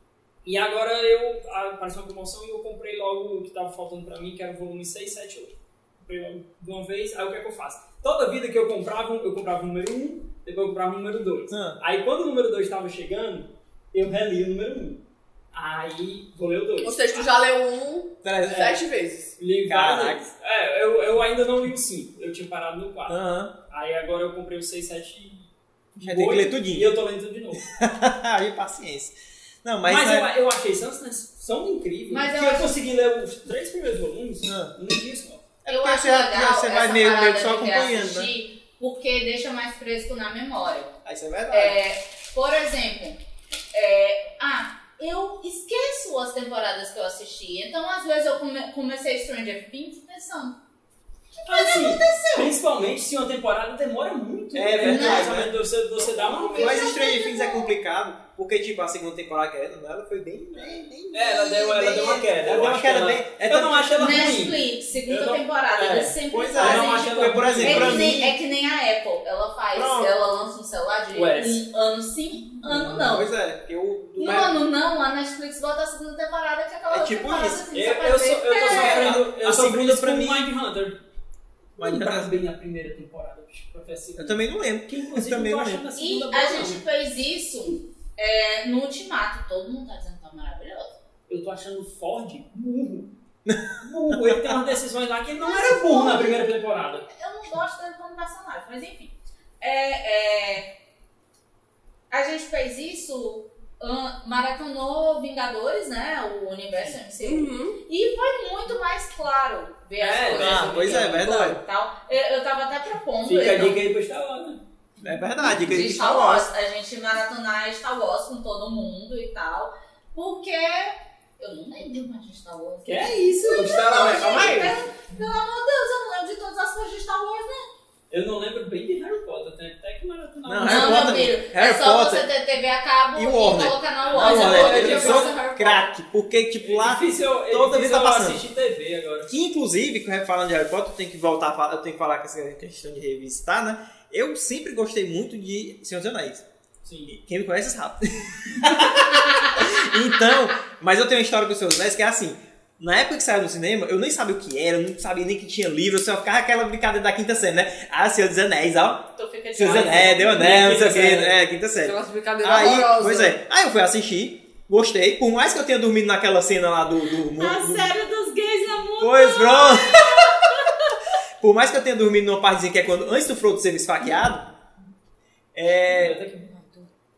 E agora eu apareceu uma promoção e eu comprei logo o que estava faltando pra mim, que era o volume seis, sete, oito. Comprei logo de uma vez, aí o que é que eu faço? Toda vida que eu comprava, eu comprava o número um, depois eu comprava o número dois. Ah. Aí quando o número dois estava chegando, eu reli o número um. Aí vou ler o dois. Ou seja, tu já leu um É. sete vezes. Li Caraca. várias vezes. É, eu, eu ainda não li o cinco, eu tinha parado no quatro. Aham. Aí agora eu comprei o seis, sete, Já tem que ler tudinho. e eu tô lendo tudo de novo. Aí, paciência. Não, mas, Mas, é- eu, eu achei Sans são incríveis. Mas que eu eu, acho- consegui ler os três primeiros volumes Ah. num dia só. É Eu porque acho você já- legal você vai essa meio- meio parada só de acompanhando, reassistir, porque deixa mais fresco na memória. Ah, isso é verdade. É, por exemplo, é, ah, eu esqueço as temporadas que eu assisti. Então, às vezes, eu come- comecei Stranger Things pensando, Assim, principalmente se uma temporada demora muito. É né? verdade, Mais ou né? menos, Você, você dá uma... Mas Stranger Things é complicado, porque tipo, a segunda temporada que ela, ela foi bem, bem, bem... É, ela deu, ela bem- deu uma queda. Ela Eu deu uma acho queda ela- bem... é Eu tanto não que- acho ela ruim. Netflix, segunda Eu não- temporada, é, eles sempre pois é, fazem. eu não acho tipo, ela por exemplo, é, pra que nem, mim- é que nem a Apple, ela faz, Pronto. ela lança um celular de O S. um ano sim, ano não. Pois é, porque o... do No mais- ano não, a Netflix bota a segunda temporada que aquela É tipo temporada isso. assim, Eu, você vai eu, ver, sou, eu tô é, sofrendo, eu a sofrendo segunda isso pra com mim- Mindhunter. Mas Não lembro bem a primeira temporada, bicho, pra ver a segunda. eu também não lembro. Que Eu inclusive também eu tô não achando lembro. a E segunda a boa, gente não. fez isso é, no Ultimato, todo mundo tá dizendo que tá maravilhoso. Eu tô achando o Ford burro. Burro, ele tem umas decisões lá que ele não era burro na primeira temporada. Eu não gosto dele como personagem, mas enfim. É, é, a gente fez isso, ah, maratonou Vingadores, né? O universo M C U. Uhum. E foi muito mais claro ver as É, coisas. ah, do pois é, Vingadores, verdade. Tal. Eu, eu tava até propondo. Fica a eu não- dica aí pro Star Wars, né? É verdade, que de Star Wars, a gente maratonar Star Wars com todo mundo e tal, porque eu não lembro mais de Star Wars. Que é isso? O Star Não, Wars, calma gente, aí. pelo, pelo amor de Deus, eu não lembro de todas as coisas de Star Wars, né? Eu não lembro bem de Harry Potter, tem até que maratonar. Não, um. Harry não, Potter- meu filho, Harry é só Potter você ter T V a cabo e e, Warner. colocar na Ah, Warner. Não, Warner, olha, eu eu tinha sou Harry Potter. craque, porque tipo lá... É difícil, é toda difícil vez tá eu passando. assistir T V agora. Que inclusive, que falando de Harry Potter, eu tenho que voltar a falar, eu tenho que falar com essa questão de revisitar, né? Eu sempre gostei muito de Senhor dos Anéis. Sim. Quem me conhece sabe. Então, mas eu tenho uma história com os Senhor dos Anéis que é assim. Na época que saiu no cinema, eu nem sabia o que era, eu não sabia nem que tinha livro, eu só ficava aquela brincadeira da quinta série, né? Ah, Senhor dos Anéis, ó. Tu fica de Senhor dos olho. Anéis, deu anel, não sei o Quinta que, série. é, quinta série. Aquelas brincadeiras Aí, horrorosas. pois é. Aí eu fui assistir, gostei, por mais que eu tenha dormido naquela cena lá do... do, A do série dos gays na mundo. Pois pronto. Por mais que eu tenha dormido numa partezinha que é quando antes do Frodo ser esfaqueado, é,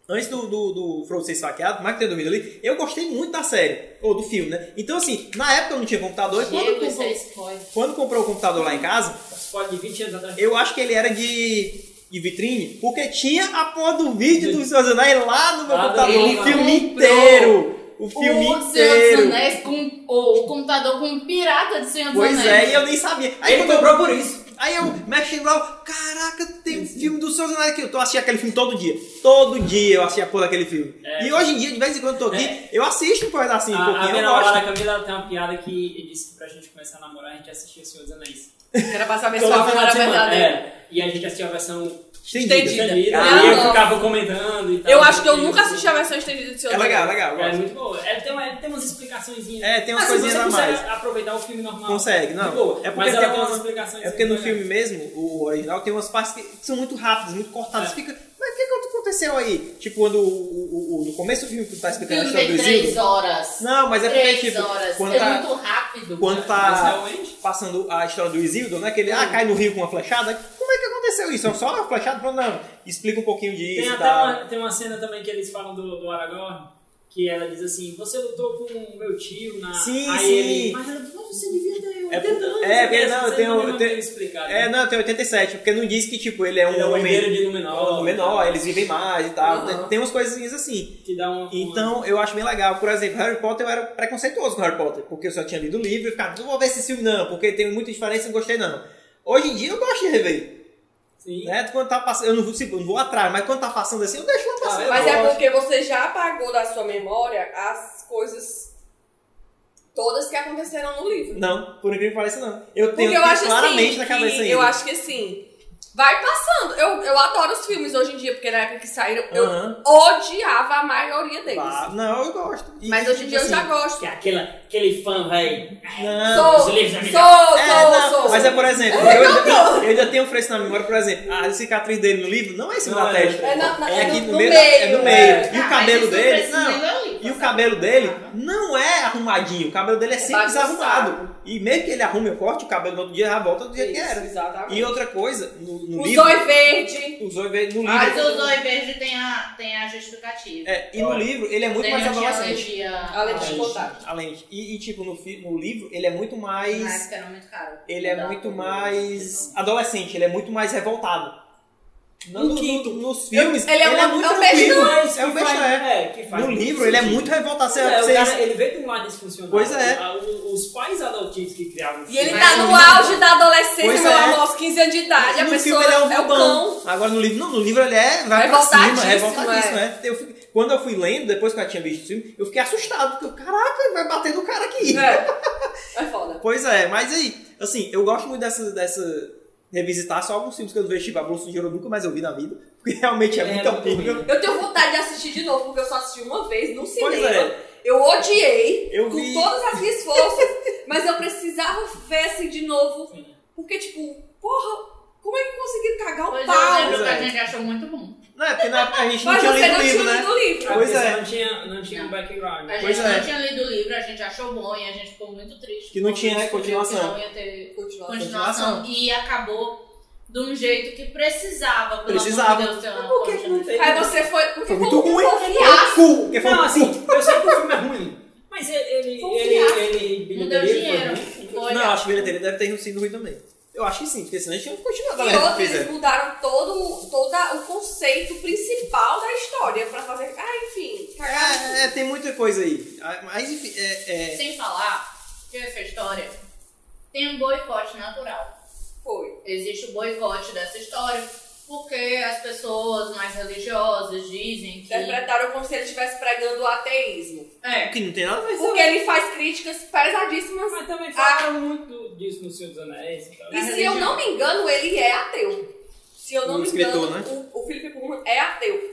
antes do, do, do Frodo ser esfaqueado, mais que tenha dormido ali, eu gostei muito da série, ou do filme, né? Então, assim, na época eu não tinha computador, e quando, Diego, eu isso é comprou, spoiler. quando comprou o computador lá em casa, Pode de vinte anos atrás. eu acho que ele era de, de vitrine, porque tinha a porra do vídeo do Senhor dos Anéis lá no meu Ah, computador, ele o filme comprou inteiro. O filme o Senhor dos inteiro. Anéis com o computador com um pirata de Senhor dos Pois Anéis. é, e eu nem sabia. Aí Ele quando eu comprou por isso. Aí eu mexendo lá, caraca, tem um filme do Senhor dos Anéis aqui. Eu tô assistindo aquele filme todo dia. Todo dia eu assistia a porra daquele filme. É, e hoje em dia, de vez em quando eu tô aqui, é. eu assisto um pedacinho, um A, a pouquinho, minha eu gosto. namorada Camila tem uma piada que disse que pra gente começar a namorar, a gente assistia o Senhor dos Anéis. Era pra saber se o Todo amor final era de semana, verdadeiro. é. E a gente assistia a versão Estendida. Estendida. estendida. Ah, E eu não. ficava comentando e tal. Eu acho que eu nunca assisti a versão estendida do Senhor É dos legal, Anéis. legal. eu É gosto. muito boa. É, tem, uma, tem umas explicações. É, tem umas Mas coisinhas você a consegue mais. aproveitar o filme normal. Consegue, não. De boa. É porque Mas tem ela tem umas umas- explicações. É porque no legais. filme mesmo, o original, tem umas partes que são muito rápidas, muito cortadas. É. Fica, mas o que, que aconteceu aí? Tipo, quando o, o, o- no começo do filme tu tá O explicando a filme história tem do três Isildur. horas. Não, mas é porque, Três tipo, horas. quando É tá, muito rápido. quando Mas tá realmente. passando a história do Isildur, né? Que ele ah, cai no rio com uma flechada. Como é que aconteceu isso? É só uma flechada? Pronto, não. Explica um pouquinho disso Tem e até tal. uma, tem uma cena também que eles falam do, do Aragorn, que ela diz assim, você lutou com o meu tio na... Sim, Aí sim. Ele, mas ela, não, você devia ter É, oitenta anos. é, porque essa não, eu cena tenho- não eu é tenho- bem explicado. É, não, tem oitenta e sete, porque não diz que, tipo, ele é um Ele é um homem herdeiro de Númenor. Númenor, eles vivem mais e tal. Uhum. Tem umas coisinhas assim. Que dá uma... uma- Então, eu acho bem legal. Por exemplo, Harry Potter, eu era preconceituoso com Harry Potter, porque eu só tinha lido o livro e ficava, não vou ver esse filme não, porque tem muita diferença e não gostei não. Hoje em dia, eu gosto de rever. Sim. Né? Quando tá passando, eu não vou, tipo, eu não vou atrás, mas quando tá passando assim, eu deixo lá passando. Ah, Mas eu é gosto. porque você já apagou da sua memória as coisas todas que aconteceram no livro. Não, por incrível que pareça, não. Eu tenho Porque eu que acho claramente assim, na cabeça que, ainda. eu acho que assim, vai passando. Eu, eu adoro os filmes hoje em dia, porque na época que saíram, eu Aham. odiava a maioria deles. Ah, não, eu gosto. E, Mas hoje em tipo dia eu já assim, gosto. Que é aquela, aquele fã, velho. Não, Sou, os livros da sou, minha- sou, É, não, sou. mas é por exemplo, eu ainda, eu ainda tenho fresco na memória, por exemplo, a cicatriz dele no livro não é em cima Não, da é- testa. É, na- na- É é aqui no, no no meio, meio. é no meio. é. E o Ah, cabelo mas isso dele, precisa não. ler o livro, E o sabe? cabelo dele não é arrumadinho, o cabelo dele é sempre bagunçado. desarrumado. E mesmo que ele arrume o corte, o cabelo no outro dia já volta do jeito que Isso, era. exatamente. E outra coisa, no, no O livro. zóio verde. O zóio verde no livro. Mas o zóio verde tem a, tem a justificativa. É, e no livro ele é muito Tem mais a tinha adolescente. alergia A lente à de contato. A lente. E, e, tipo, no, fi- no livro ele é muito mais. Na época era muito caro. Ele é Dá muito pra- mais adolescente, ele é muito mais revoltado. No, No no- quinto. nos filmes, Ele é ele é uma- muito é um tranquilo. Mas É um que besta, faz- é. é, que faz No muito livro ele é sentido. muito revoltado. Você, É, o vocês- cara, ele veio de um lado disfuncional. Pois é. A- o- Os pais adotivos que criavam E ele filhos- tá no auge da adolescência, Pois meu é. amor, aos quinze anos de idade. E A no pessoa filme ele é um é o bobão. cão. Agora no livro, não, no livro ele é, vai pra cima, Revoltadíssimo, é revoltadíssimo, é. é. Eu fico- quando eu fui lendo, depois que eu tinha visto o filme, eu fiquei assustado, porque, eu, caraca, ele vai bater no cara aqui. É. É foda. Pois é, mas aí, assim, eu gosto muito dessa, dessa revisitar só alguns filmes que eu não vejo, tipo, a Bolsa de Ouro eu nunca mais eu vi na vida, porque realmente é, É, muito não horrível. Eu tenho vontade de assistir de novo, porque eu só assisti uma vez no cinema. Pois é. Eu odiei Eu com vi- todas as minhas forças, mas eu precisava ver assim de novo. Sim. Porque, tipo, porra, como é que conseguiram cagar o Pois eu pau? lembro Pois que é. a gente achou muito bom. Não, é porque na época a gente não Mas tinha você lido não o livro, tinha né? lido o livro. É, Pois porque é. você Não tinha, não tinha um Não. background. A gente Pois não é. tinha lido o livro, a gente achou bom e a gente ficou muito triste. Que não quando tinha descobriu continuação. Que não ia ter Continuação. continuação. E acabou de um jeito que precisava, pelo Precisava. amor de Deus, ter uma Por que que não continuação. tem? Aí você foi. Porque Foi muito ruim. Foi um Foi fiasco. cu, porque foi Não, um assim, cu. eu sei que o filme é ruim, mas ele... ele, Foi um ele, fiasco. ele Não deu bilheteria dinheiro. foi ruim. Foi. Não, acho que a bilheteria deve ter sido ruim também. Eu acho que sim, porque senão a gente tinha continuado a E leva que outra, eles fizeram. mudaram todo, todo o conceito principal da história pra fazer. Ah, enfim, cagaram. É, é, tem muita coisa aí. Ah, Mas enfim, é, é, Sem falar que essa história tem um boicote natural. Foi. Existe o boicote dessa história porque as pessoas mais religiosas dizem que... Interpretaram como se ele estivesse pregando o ateísmo. É, que não tem nada a ver. Porque ele faz críticas pesadíssimas. Mas também falaram muito disso no Senhor dos Anéis e tal. E se eu não me engano, ele é ateu. Se eu não O me escritor, engano, né? o, o Philip Pullman é ateu.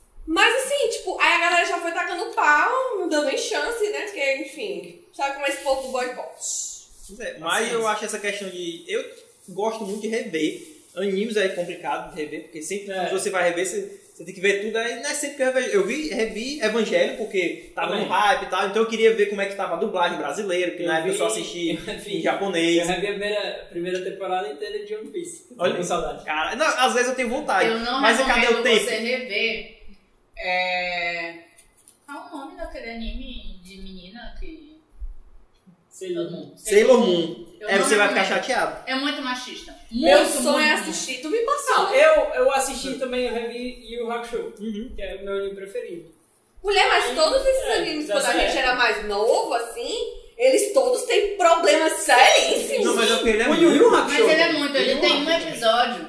Mas assim, tipo, aí a galera já foi tacando pau, não dando nem chance, né? Porque, enfim, sabe como é esse povo do boicote. Pois é, mas eu acho essa questão de... Eu gosto muito de rever. Animes é complicado de rever, porque sempre É. que você vai rever, você, você tem que ver tudo. Aí não é sempre que eu revejo. Eu vi, revi Evangelho, porque tava Também. no hype e tal, então eu queria ver como é que tava a dublagem brasileira, porque Eu na época eu vi- só assisti eu vi- em japonês. Eu revi a primeira, primeira temporada inteira de One Piece. Olha, com saudade. Cara, não, às vezes eu tenho vontade, eu não mas cadê recomendo o tempo? você rever É... Qual o nome daquele anime de menina que... Sailor Moon. Sailor Moon. Eu É, não você vai ficar recomendo. chateado. É muito machista. Muito, Meu sonho muito, é muito. assistir. Tu me passou. Não, eu, eu assisti também, eu revi Yu Yu Hakusho, Uhum. que é o meu anime preferido. Mulher, mas todos esses É, animes, quando a dessa gente época. era mais novo, assim, eles todos têm problemas seríssimos. Não, mas é porque ele é O Yu Yu Hakusho. Mas ele é muito, ele Yu tem um Hakusho. episódio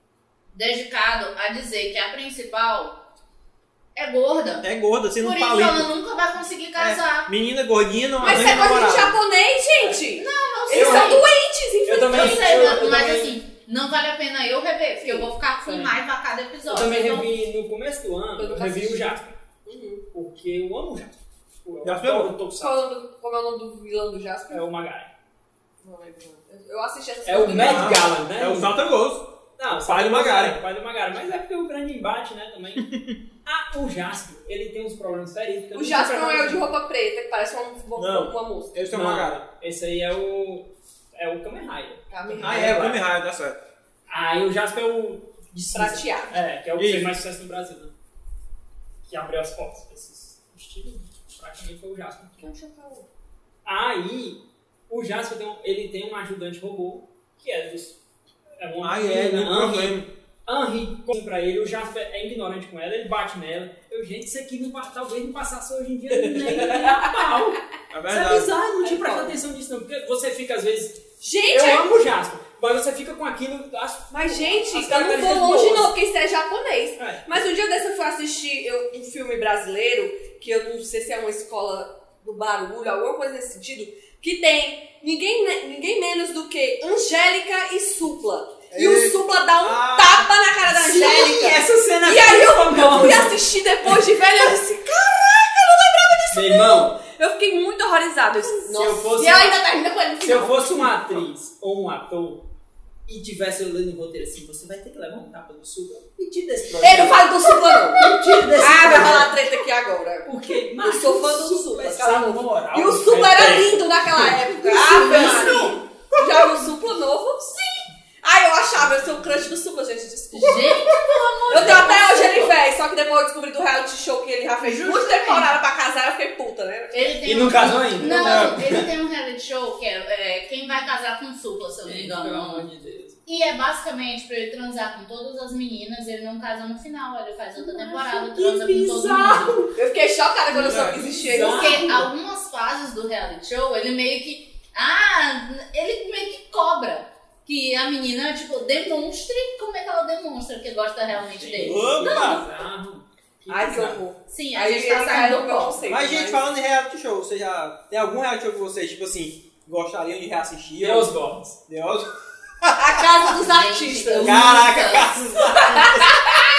dedicado a dizer que a principal é gorda. É gorda, assim, Por não isso palito. ela nunca vai conseguir casar. Menina gordinha não Mas isso arranja é coisa de namorado. japonês, gente. Não Eles sei. são doentes, Eu infelizmente. também, Eu sei, eu, mas, eu mas também, assim, não vale a pena eu rever, porque eu vou ficar com Sim. raiva a cada eu episódio. também Então, revi no começo do ano, Eu eu nunca revi o assisti. Jasper. Uhum. Porque eu amo o Jasper. Tipo, eu Jasper é adoro bom. o Tokusatsu. Qual é o nome do, como é o nome do vilão do Jasper? É o Magari. Não lembro. Eu- Eu assisti essa É o segunda Mad temporada. Gallant, né? É o Santa Grosso. Não, O pai do Magari. É, o pai do Magari. Mas é porque o grande embate, né, também. Ah, o Jasper, ele tem uns problemas sérios. O Jasper não é o de roupa preta, que parece uma, uma, Não. uma moça. Esse é o Não, Magari. esse aí é o... É o Kamen Rider. Kamen Ah, Rider. é, o Kamen Rider, tá certo. Aí o Jasper é o... de cinza. Prateado. É, que é o que Isso. fez mais sucesso no Brasil, né? Que abriu as portas pra esses estilos. Praticamente foi o Jasper. Quem achou que é o- Aí, o Jasper tem um, ele tem um ajudante robô, que é dos... É uma Ah, é, menina, não Henri. problema. Henri conta pra ele, o Jasper é ignorante com ela, ele bate nela. Eu, gente, isso aqui não, pa- talvez não passasse hoje em dia nem, nem a pau. É Isso é verdade. bizarro, não tinha É prestado foda. atenção nisso não. Porque você fica, às vezes... Gente, Eu é- amo o Jasper, mas você fica com aquilo... Acho, mas gente, As eu não características vou longe boas. não, porque isso é japonês. é. Mas um dia desse eu fui assistir eu- um filme brasileiro, que eu não sei se é uma escola do barulho, alguma coisa nesse sentido, que tem ninguém, ne- ninguém menos do que Angélica e Supla. E o E- Supla dá um Ah, tapa na cara da Angélica. essa cena E é aí eu, eu famosa. fui assistir depois de velho, eu disse, Meu irmão, eu fiquei muito horrorizada. Eu disse, Nossa. eu fosse E ela uma- ainda termina com ele no se eu final. fosse uma atriz ou um ator e tivesse olhando em roteiro assim, você vai ter que levar um tapa do Supla. Me tira desse projeto. Ei, não fale do Supla não. Me tira desse Ah, vai projeto. falar treta aqui agora. Porque, Eu sou fã do Supla, essa cala a boca. moral. E o Supla era é lindo naquela época. O Ah, Supla meu é marido. Já viu o Supla novo? Sim. Ah, eu achava, eu sou o crush do Supla, gente, desculpa. gente, pelo amor Eu de tenho até Deus. hoje ele velho, só que depois eu descobri do reality show que ele já fez duas Justamente. temporadas pra casar, eu fiquei puta, né? Ele tem E não um- casou ainda? Não, ele tem um reality show que é, é Quem Vai Casar com Supla, se eu não me Pelo amor engano. de Deus. E é basicamente pra ele transar com todas as meninas, ele não casa no final, ele faz outra temporada, que transa com todo bizarro. mundo. Eu fiquei chocada quando eu soube que É, existia isso. Porque algumas fases do reality show, ele meio que. Ah, ele meio que cobra. Que a menina, tipo, demonstre como é que ela demonstra que gosta realmente dele. Opa! Bizarro. Que Ai, que bizarro. horror. Sim, a Aí gente ele tá caiu saindo no do meu copo. conceito. Mas, gente, falando em reality show, você já tem algum reality show que vocês, tipo assim, gostariam de reassistir? Deus gosta. Deus. A Casa dos Gente, Artistas. eu- Caraca, nunca. cara.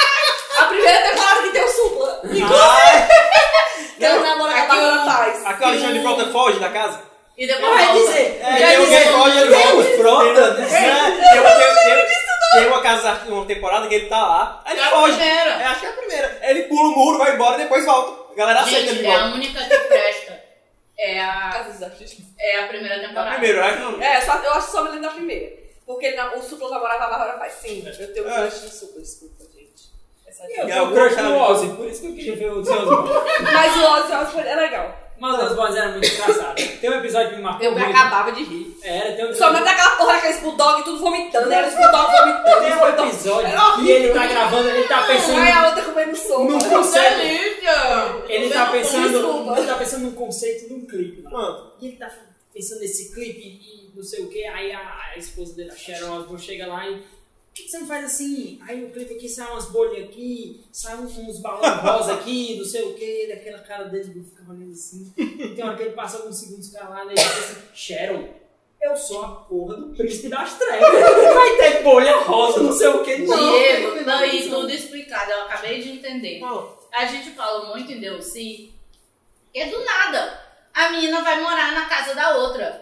A primeira temporada que tem o Supla. Ai, Que ele Não, namora com a aquilo- Bárbara Paz. aquela Alexandre Frota foge da casa? E depois Eu ia volta. dizer, É, já tem alguém disse, foge, ele Deus volta. Frota, Tem, né? tem, tem, tem, tem uma, casa, uma temporada que ele tá lá, aí ele É a foge. primeira. É, acho que é a primeira. Aí ele pula o muro, vai embora e depois volta. A galera aceita ele Gente, de é a volta. única que presta. É a, Casa dos Artistas. é a primeira É temporada. a primeira, eu acho que não. É, só, eu acho que só me lembro da primeira. Porque ele, na- o Supla namorava a Bárbara Paz. Sim, eu tenho um É. crush no Supla, desculpa, gente. Essa Eu é tenho algum um crush cara- no Ozzy, por isso que eu queria ver o Deus gosta. Mas o Ozzy Osbourne é legal. Mas as vozes eram muito engraçadas. Tem um episódio que me marcou Eu me muito. acabava de rir. Era, tem um Só episódio, manda aquela porra daqueles bulldog tudo vomitando. Era os bulldog vomitando. tem os um bulldog- episódio Era que horrível. ele tá gravando, ele tá pensando... Aí a outra comendo sopa. Num Era conceito. delícia. Ele tá pensando, Desculpa. ele tá pensando num conceito de um clipe lá. Mano, E ele tá pensando nesse clipe e não sei o que, aí a, a esposa dele, a Sharon Osbourne, chega lá e por que, que você não faz assim? Aí o clipe aqui sai umas bolhas aqui, sai uns, uns balões rosa aqui, não sei o que, ele, aquela cara dele ele fica olhando assim. E tem hora que ele passa alguns segundos calado e ele diz assim, Sharon, eu sou a porra do príncipe das trevas. Vai ter bolha rosa, não sei o que. Não, Diego, não, não, e não. tudo explicado, eu acabei de entender. mano. A gente fala muito em Deus sim, e do nada a menina vai morar na casa da outra.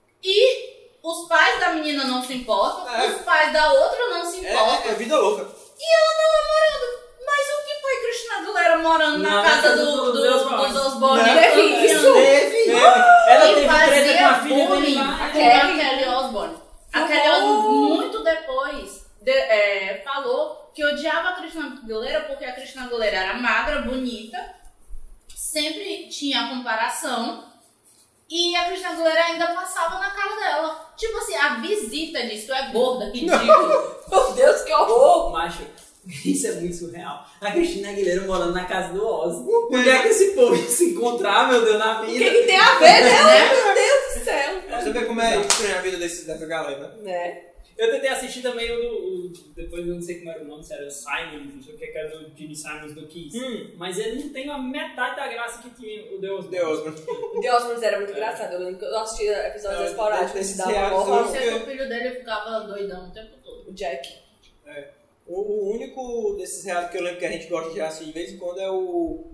E os pais da menina não se importam, É. os pais da outra não se É, importam. é, é vida louca. E ela tá namorando. Mas o que foi Cristina Aguilera morando na Não, casa na do, casa do, do Deus dos Osborne. Osborne? Não, teve campeando? isso? Teve. Ela E teve treta com fazia a filha bullying dele lá. com a Kelly Osbourne. A Que Kelly horror! Osbourne, muito depois, de- é, falou falou que odiava a Christina Aguilera porque a Christina Aguilera era magra, bonita, sempre tinha comparação e a Christina Aguilera ainda passava na cara dela. Tipo assim, a visita disso, tu é gorda, ridículo. Meu Deus, que horror! Macho, isso é muito surreal. A Christina Aguilera morando na casa do Ozzy. Por que é que esse povo ia se encontrar, meu Deus, na O vida? que, que tem a ver, né? Meu Deus do céu! Você vê como é estranha a vida desse, dessa galera, né? Né? Eu tentei assistir também o do. O, depois eu não sei como era o nome, se era Simon, não sei o que, que era do Gene Simons do Kiss. Hum. Mas ele não tem a metade da graça que tinha o Deus. Deus, mano. O The Osmonds era muito engraçado. Eu lembro que eu assistia episódios É, esporádicos desses que dava reais, horror. Não sei que o filho dele ficava doidão o tempo todo. O Jack. O, o único desses reais que eu lembro que a gente gosta de assistir de vez em quando é o.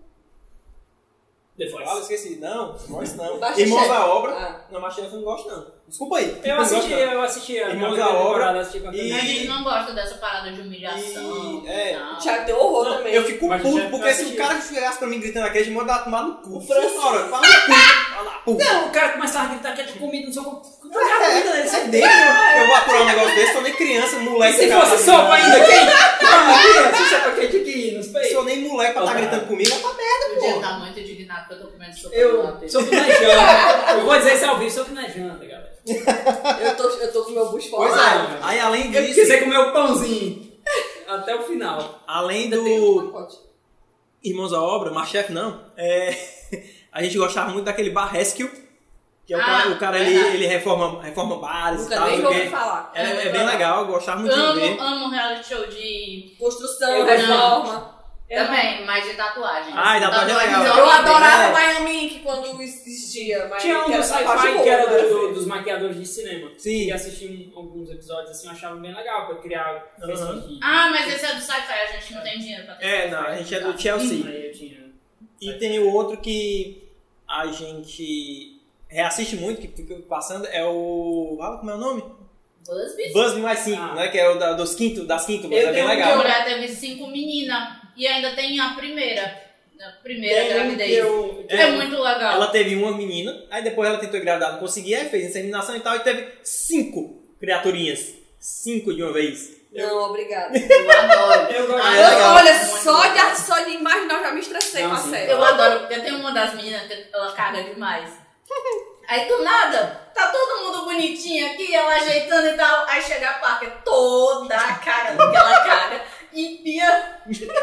The Fala, Voice. esqueci. Não, Voice não. Masterchef. Irmãos à Obra. Ah. Não, Masterchef eu não gosto não. Desculpa aí. Eu não assisti, gosto, não. eu assisti a Irmãos primeira à Obra temporada, assisti com a e- Camila. A gente não gosta dessa parada de humilhação. E- é, e tal. O Thiago tem horror Não, também. eu fico Mas puto, já- porque já se o assisti. cara chegasse pra mim gritando aquele, ele manda tomar no cu. O Francisco. Fala, fala no cu. Fala, puta. Não, o cara começava a gritar que é de comida, não sei o que. É, é dele, eu, eu vou aturar um negócio desse, sou nem criança, moleque. Se o cara fosse tá sopa gritando. ainda, quem? Ah, se sopa quente aqui nos peitos. Sou nem moleque pra Ô, tá cara. gritando comigo, é pra merda, O dia pô. tá muito indignado porque eu tô comendo sopa de Eu latte. sou na janta. Eu vou dizer isso ao vivo, sou na janta, galera. Eu tô, eu tô com meu bucho Pois forrado. é, aí além Eu disso, quis comer o pãozinho até o final. além Ainda tem um do pacote. Irmãos à Obra, Masterchef não, é, a gente gostava muito daquele Bar Rescue, que é o Ah, cara, o cara ele, verdade. ele reforma, reforma bares e Nunca tal. nem não sei o ouvi quê. falar. É, é bem legal, eu gostava muito de ver. Amo, amo reality show de... Construção, Eu reforma. Também, mas de tatuagem. Ai, tatuagem é legal. Eu adorava É. Miami Ink quando existia. Miami Tinha um Ink do era essa parte sci-fi boa, que era né? do- do- dos maquiadores de cinema. Sim. E assisti um- alguns episódios assim, eu achava bem legal pra criar feições de. Ah, mas esse é do sci-fi, a gente não tem dinheiro pra ter É, sci-fi. não, a gente é do Chelsea. Aí eu tinha. E tem o outro que a gente reassiste muito, que fica passando, é o... Fala como é o nome? Busby? Busby mais cinco, Ah. né? Que é o da, dos quinto, das quíntuplas, Eu é bem tenho um Porque a legal. mulher teve cinco meninas e ainda tem a primeira. A primeira Tem um que gravidez. eu- É, É, muito legal. Ela teve uma menina, aí depois ela tentou engravidar, não conseguia, aí fez inseminação e tal, e teve cinco criaturinhas. Cinco de uma vez. Não, obrigada. Eu adoro. Eu gosto. Ah, é legal. Olha, Muito só legal. de, só de imaginar eu já me estressei Não, com a sim. série. Eu adoro, porque tem uma das meninas que ela caga demais. Aí do nada, tá todo mundo bonitinho aqui, ela ajeitando e tal. Aí chega a Parker, toda a cara do que ela caga, e pia.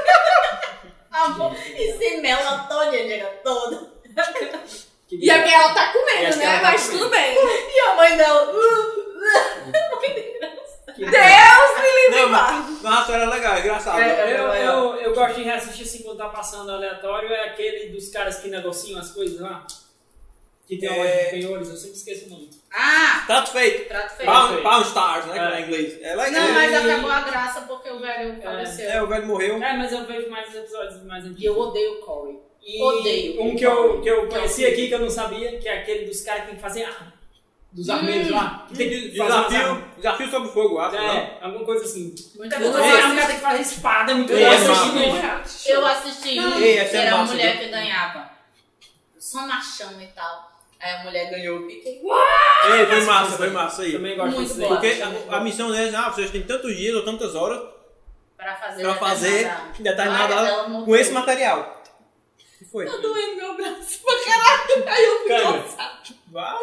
Amor, e se melatonia, chega toda. E aqui ela tá E comendo, acho que né? ela tá Mas comendo. tudo bem. E a mãe dela. Uh, uh, muito engraçado. Que- Deus me livre. Não, mas, mas a história é legal, é engraçado. É, Eu, eu, eu gosto de reassistir assim quando tá passando aleatório, é aquele dos caras que negociam as coisas lá. Que tem uma loja É. de penhores, eu sempre esqueço o nome. Ah, Trato feito. trato feio. Pound, feito. Pound Stars, né? Que É. é em inglês. É legal. Não, mas E- acabou a graça porque o velho faleceu. É, o velho morreu. É, mas eu vejo mais episódios mais antigos. E eu odeio o Corey. E Odeio. um que eu, que eu Que conheci é o aqui que eu não sabia, que é aquele dos caras que tem que fazer arma. Dos armeiros Hum. lá. Que tem que fazer umas Desafio, armas. desafio sobre fogo, acho, não? É, alguma coisa assim. Muito Eu bom. tô falando, o cara tem que fazer espada, é muito Ei, bom é assistir, massa. gente. Eu assisti um, Ei, essa é era uma massa, mulher viu? que ganhava. Só machão e tal. Aí a mulher ganhou o pique. Ei, foi massa, foi massa aí. Também gosto Muito disso boa. aí. Porque a, a missão deles, ah, vocês têm tantos dias ou tantas horas Pra fazer pra fazer determinada- determinada Ai, ela com morreu. esse material. O que foi? Tá doendo meu braço pra caralho. Aí eu fico Câmera. cansada. Fala.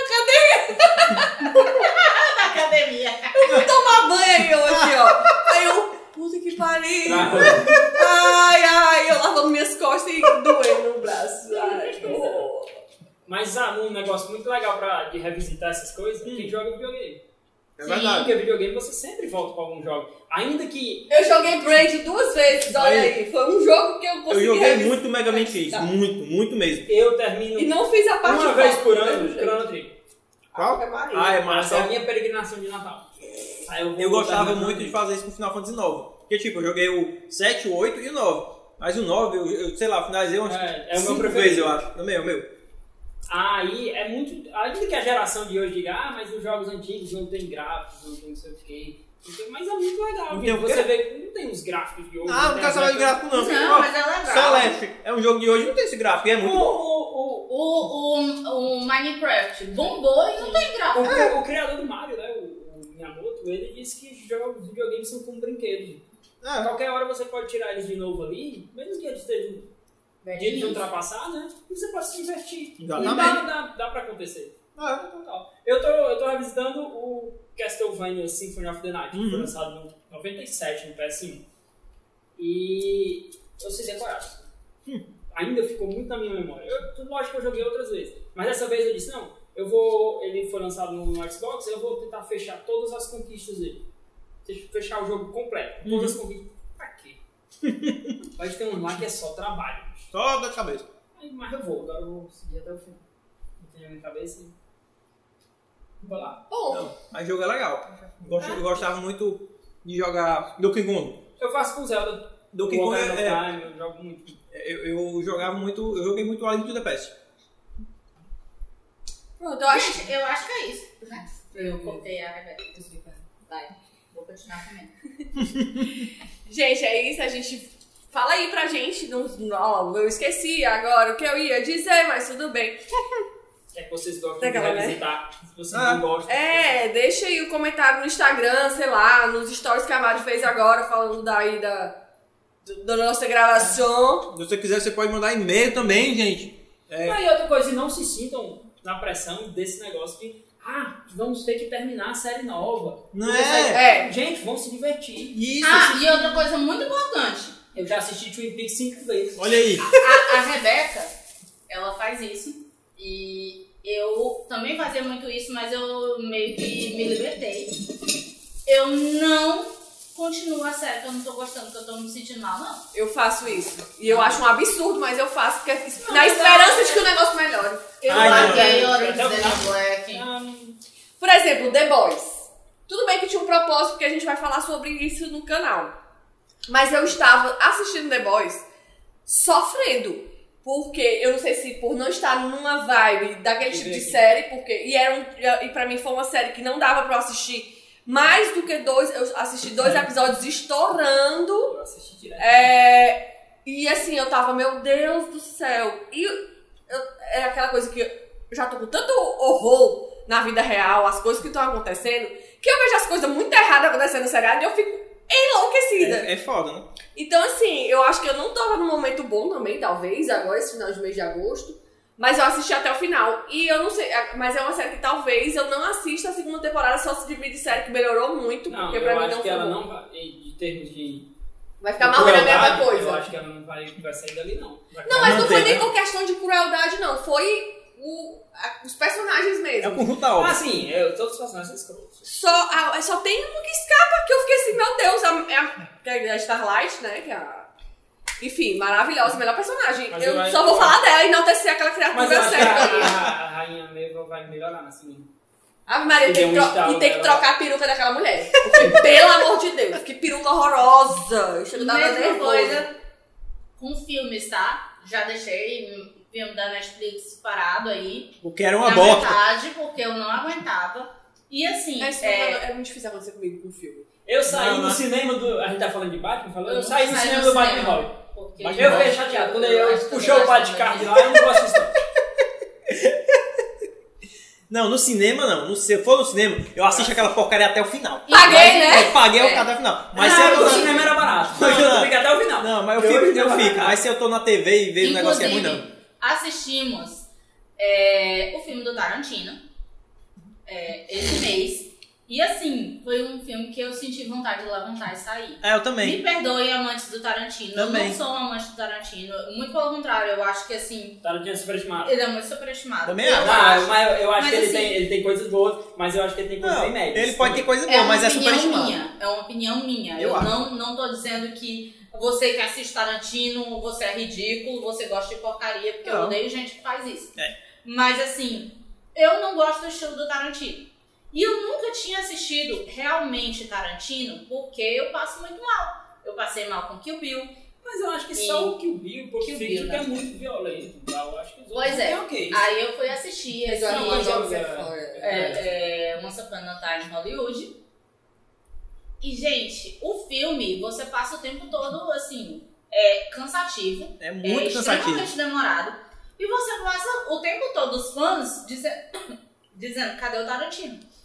Na academia. Eu fui tomar banho aí hoje, ó. Aí eu, puta que pariu. Tá. Ai, ai, eu lavando minhas costas e doendo no braço. Ai, que horror. Mas ah, um negócio muito legal pra, de revisitar essas coisas é quem joga videogame. É Sim. verdade. Porque videogame você sempre volta pra algum jogo. Ainda que. Eu joguei Braid duas vezes, olha aí. Foi um jogo que eu Eu consegui joguei revisitar. muito Mega Man X, Tá. muito, muito mesmo. Eu termino E não fiz a parte uma quatro, vez por do ano mesmo o jeito. Chrono Trigger. Qual? Ave Maria. Ah, é Essa é a massa. minha peregrinação de Natal. Aí eu, vou Eu gostava terminando. muito de fazer isso com o Final Fantasy nove. Porque, tipo, eu joguei o sete, o oito e o nove. Mas o nove, eu, eu sei lá, finalizei umas É, é o meu cinco preferido. vezes, eu acho. Também é o meu. Aí é muito. Ainda que a geração de hoje diga, ah, mas os jogos antigos não tem gráficos, não tem não sei o quê. Não tem- Mas é muito legal, Não porque tem o quê? você vê que não tem os gráficos de hoje. Ah, não tem quero as saber de gráficas- gráfico não. Não, Ó, mas é legal. Celeste é um jogo de hoje, não tem esse gráfico, e é O, muito bom. o, O, o, o Minecraft bombou e não tem o, gráfico. o, o criador do Mario, né, o, o Miyamoto, ele disse que jogos videogames são como brinquedos. Ah, Qualquer hora você pode tirar eles de novo ali, mesmo que eles estejam de de ultrapassar, né? E você pode se divertir. Exatamente. E dá, dá, dá pra acontecer. ah, Total. Eu tô, eu tô revisitando o Castlevania Symphony of the Night, Uhum. que foi lançado em noventa e sete no P S um. E eu sei decorar. Hum. Ainda ficou muito na minha memória. Eu, lógico que eu joguei outras vezes. Mas dessa vez eu disse, não, eu vou. Ele foi lançado no, no Xbox, eu vou tentar fechar todas as conquistas dele. Fechar o jogo completo. Todas as conquistas. Pra quê? Pode ter um lá que é só trabalho. Bicho. só da cabeça. Aí, mas eu vou, agora eu vou seguir até o final. Não tenho a minha cabeça e. Vou lá. Bom, Não, mas jogo é legal. Gosto, eu gostava muito de jogar Donkey Kong. Eu faço com Zelda. Donkey Kong Ocarina of é, Time, eu jogo muito. eu, eu jogava muito, eu joguei muito A Link to the Past. pronto, eu acho. Gente, eu acho que é isso, né? Eu cortei a Rebeca. Vai, vou continuar comendo. Gente, é isso. A gente. Fala aí pra gente. Não, não, eu esqueci agora o que eu ia dizer, mas tudo bem. É que vocês gostam Legal, de né? revisitar. Se vocês Ah, não gostam. É, deixa aí o comentário no Instagram, sei lá, nos stories que a Mari fez agora, falando daí da, do- da nossa gravação. Se você quiser, você pode mandar e-mail também, gente. É, Ah, e outra coisa, e não se sintam na pressão desse negócio de ah, vamos ter que terminar a série nova. Não Porque é? sai- É. Gente, vamos se divertir. isso. Ah, e outra coisa muito importante. Eu já assisti Twin Peaks cinco vezes. Olha aí. A, a Rebeca, ela faz isso. E eu também fazia muito isso, mas eu meio que me libertei. Eu não continuo a série, que eu não tô gostando, que eu tô me sentindo mal, não. Eu faço isso. E eu acho um absurdo, mas eu faço, porque Não, na mas esperança eu- de que o negócio melhore. Eu Ai, não, larguei não. Orange Até o is the final. New Black. Ah, não- Por exemplo, The Boys. Tudo bem que tinha um propósito, porque a gente vai falar sobre isso no canal. Mas eu estava assistindo The Boys sofrendo. Porque eu não sei se por não estar numa vibe daquele tipo de série, porque e, era um, e pra mim foi uma série que não dava pra eu assistir mais do que dois. Eu assisti dois episódios estourando. Eu assisti direto. É, e assim, eu tava, meu Deus do céu. E eu, é aquela coisa que eu já tô com tanto horror na vida real, as coisas que estão acontecendo, que eu vejo as coisas muito erradas acontecendo no seriado e eu fico enlouquecida. É, é foda, né? Então, assim, eu acho que eu não tava num momento bom também, talvez, agora, esse final de mês de agosto. Mas eu assisti até o final. E eu não sei, mas é uma série que talvez eu não assista a segunda temporada, só se de série que melhorou muito, Não, porque eu pra mim acho não que foi ela bom. não vai, em termos de Vai ficar marrom na mesma crueldade, coisa. eu acho que ela não vai, vai sair dali, não. Vai Não, ficar- mas não foi Manteve, nem né? com questão de crueldade, não. Foi o, a- os personagens É o mesmo. conjunto da obra. Ah, sim, eu, todos os personagens são escrotos. Só, a- só tem uma que escapa, que eu fiquei assim, meu Deus, a, é a, que é a Starlight, né? Que é a, enfim, maravilhosa, melhor personagem. Mas eu eu acho- só vou falar dela e enaltecer aquela Mas eu criatura acho que cérebro a, ali. a, a Rainha Maeve vai melhorar assim. Ave Maria, E tem deu que um tro- estalo e tem que nela. trocar a peruca daquela mulher. Porque, pelo amor de Deus, que peruca horrorosa. Isso me dava Mesma nervoso. coisa com filmes, tá? Já deixei um filme da Netflix parado aí. Porque era uma na bosta. metade, porque eu não aguentava. E assim, É, isso é, é muito difícil acontecer comigo com filme. Eu saí Não, do não. cinema do. A gente tá falando de Batman, falando? Eu Eu saí do saí cinema do do Batman cinema. Robin. porque Mas Eu fiquei chateado. Quando eu acho que puxou eu o pai de gosto carro de também. lá, eu não vou assistir. Não, no cinema não. No- se eu for no cinema, eu assisto aquela porcaria até o final. Paguei, Mas- né? Eu paguei É. até o final. Mas Mas se eu ah, tô o na... cinema era barato. Não, Mas eu não. fiquei até o final. Não, mas eu, Eu fico, ainda eu vou fico. pagar. Mas se eu tô na T V e vejo um negócio que é ruim, não. assistimos é, o filme do Tarantino é, esse mês. E assim, foi um filme que eu senti vontade de levantar e sair. É, eu também. Me perdoe, amantes do Tarantino. Também. Eu não sou um amante do Tarantino. Muito pelo contrário, eu acho que assim, Tarantino é superestimado. ele é muito superestimado. Também eu acho. Não, mas eu, eu acho Mas que ele, assim- tem, ele tem coisas boas, mas eu acho que ele tem coisas Não, bem médias. ele pode ter coisa É boa, uma mas é opinião superestimado. minha. É uma opinião minha. Eu Eu, acho. não, não tô dizendo que você que assiste Tarantino, você é ridículo, você gosta de porcaria, porque eu Não. odeio gente que faz isso. É. Mas assim, eu não gosto do estilo do Tarantino. E eu nunca tinha assistido realmente Tarantino, porque eu passo muito mal. Eu passei mal com Kill Bill. Mas eu acho que E- só o Kill Bill, porque Kill o Bill, Fiction né? é muito violento. Tá? Eu acho que os Pois outros é. é ok. Aí eu fui assistir esse Não, mas eu- é, é, Once Upon a Time em Hollywood. E, gente, o filme, você passa o tempo todo, assim, é cansativo. É É muito cansativo. extremamente demorado. E você passa o tempo todo, os fãs, dize- dizendo, cadê o Tarantino?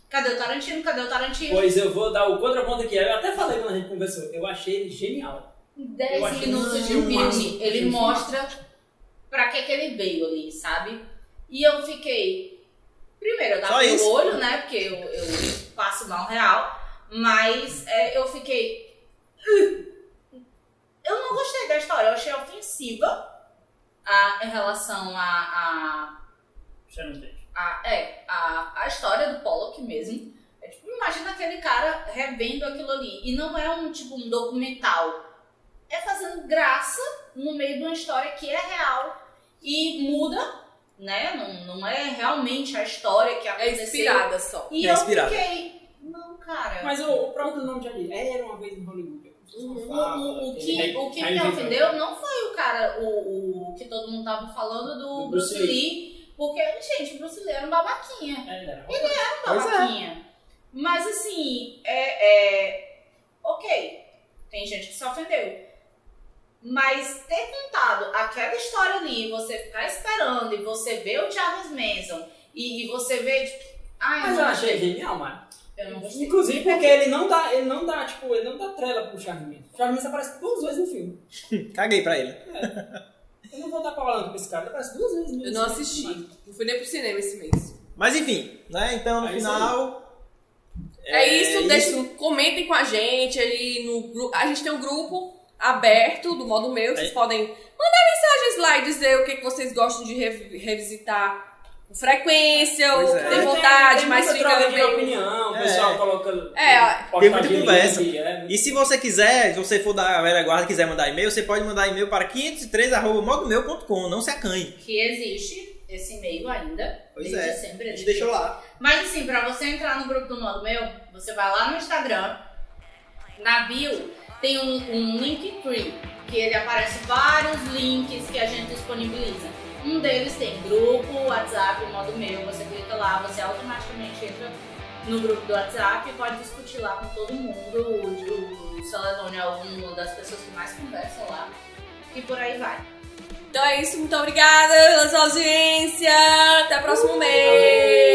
Cadê o Tarantino? Cadê o Tarantino? Pois eu vou dar o contraponto aqui. Eu até falei quando a gente conversou. Eu achei ele genial. Em Eu dez achei minutos de um filme, máximo. ele Sim. mostra pra que que ele veio ali, sabe? E eu fiquei... Primeiro, eu Só tava isso? no olho, né? Porque eu, eu passo mal real. Mas é, eu fiquei... "Ugh". Eu não gostei da história. Eu achei ofensiva a, em relação a... a Sharon Tate. a, é, a, a história do Pollock mesmo. É, tipo, imagina aquele cara revendo aquilo ali. E não é um tipo um documental. É fazendo graça no meio de uma história que é real e muda, né? Não, não é realmente a história que É aconteceu. inspirada só. E É eu inspirada. fiquei, não, cara. Mas o, o próprio nome já diz. Era uma vez em Hollywood. O, Uma o, fábula, o, o ele que, re- o que me reinventou. ofendeu não foi o cara, o, o que todo mundo tava falando do, Do Bruce Bruce Lee. Porque, gente, o Bruce Lee era um babaquinha. É, era. Pois é. babaquinha. Mas assim, é, é. Ok, tem gente que se ofendeu. Mas ter contado aquela história ali, você ficar esperando e você ver o Charles Manson e, e você ver, tipo, ai, Mas eu eu não achei gostei. genial, mano. Eu não gostei. Inclusive porque ele não dá, ele não dá, tipo, ele não dá trela pro Charles Manson. O Charles Manson aparece duas vezes no filme. Caguei pra ele. Eu não vou dar palavra pra esse cara, ele aparece duas vezes mesmo. Eu não assisti. Não fui nem pro cinema esse mês. Mas enfim, né? Então no É isso final. É, isso, deixa, comentem com a gente aí no grupo. A gente tem um grupo aberto do modo meu, vocês É. podem mandar mensagens lá e dizer o que, que vocês gostam de rev- revisitar com frequência, ou Pois é. tem Tem- vontade, tem mas muita fica troca de meio... opinião, o É. pessoal coloca. É, postagem tem muita de conversa. link, é. E se você quiser, se você for da velha guarda e quiser mandar e-mail, você pode mandar e-mail para quinhentos e três arroba modomeu ponto com, não se acanhe. Que existe esse e-mail ainda. Pois desde é, sempre a gente existe. deixou lá. Mas assim, pra você entrar no grupo do Modo Meu, você vai lá no Instagram, na bio tem um, um Linktree, que ele aparece vários links que a gente disponibiliza. Um deles tem grupo, WhatsApp, Modo Meu, você clica lá, você automaticamente entra no grupo do WhatsApp e pode discutir lá com todo mundo. O, o Celedônio é uma das pessoas que mais conversam lá e por aí vai. Então é isso, muito obrigada pela sua audiência. Até o próximo mês.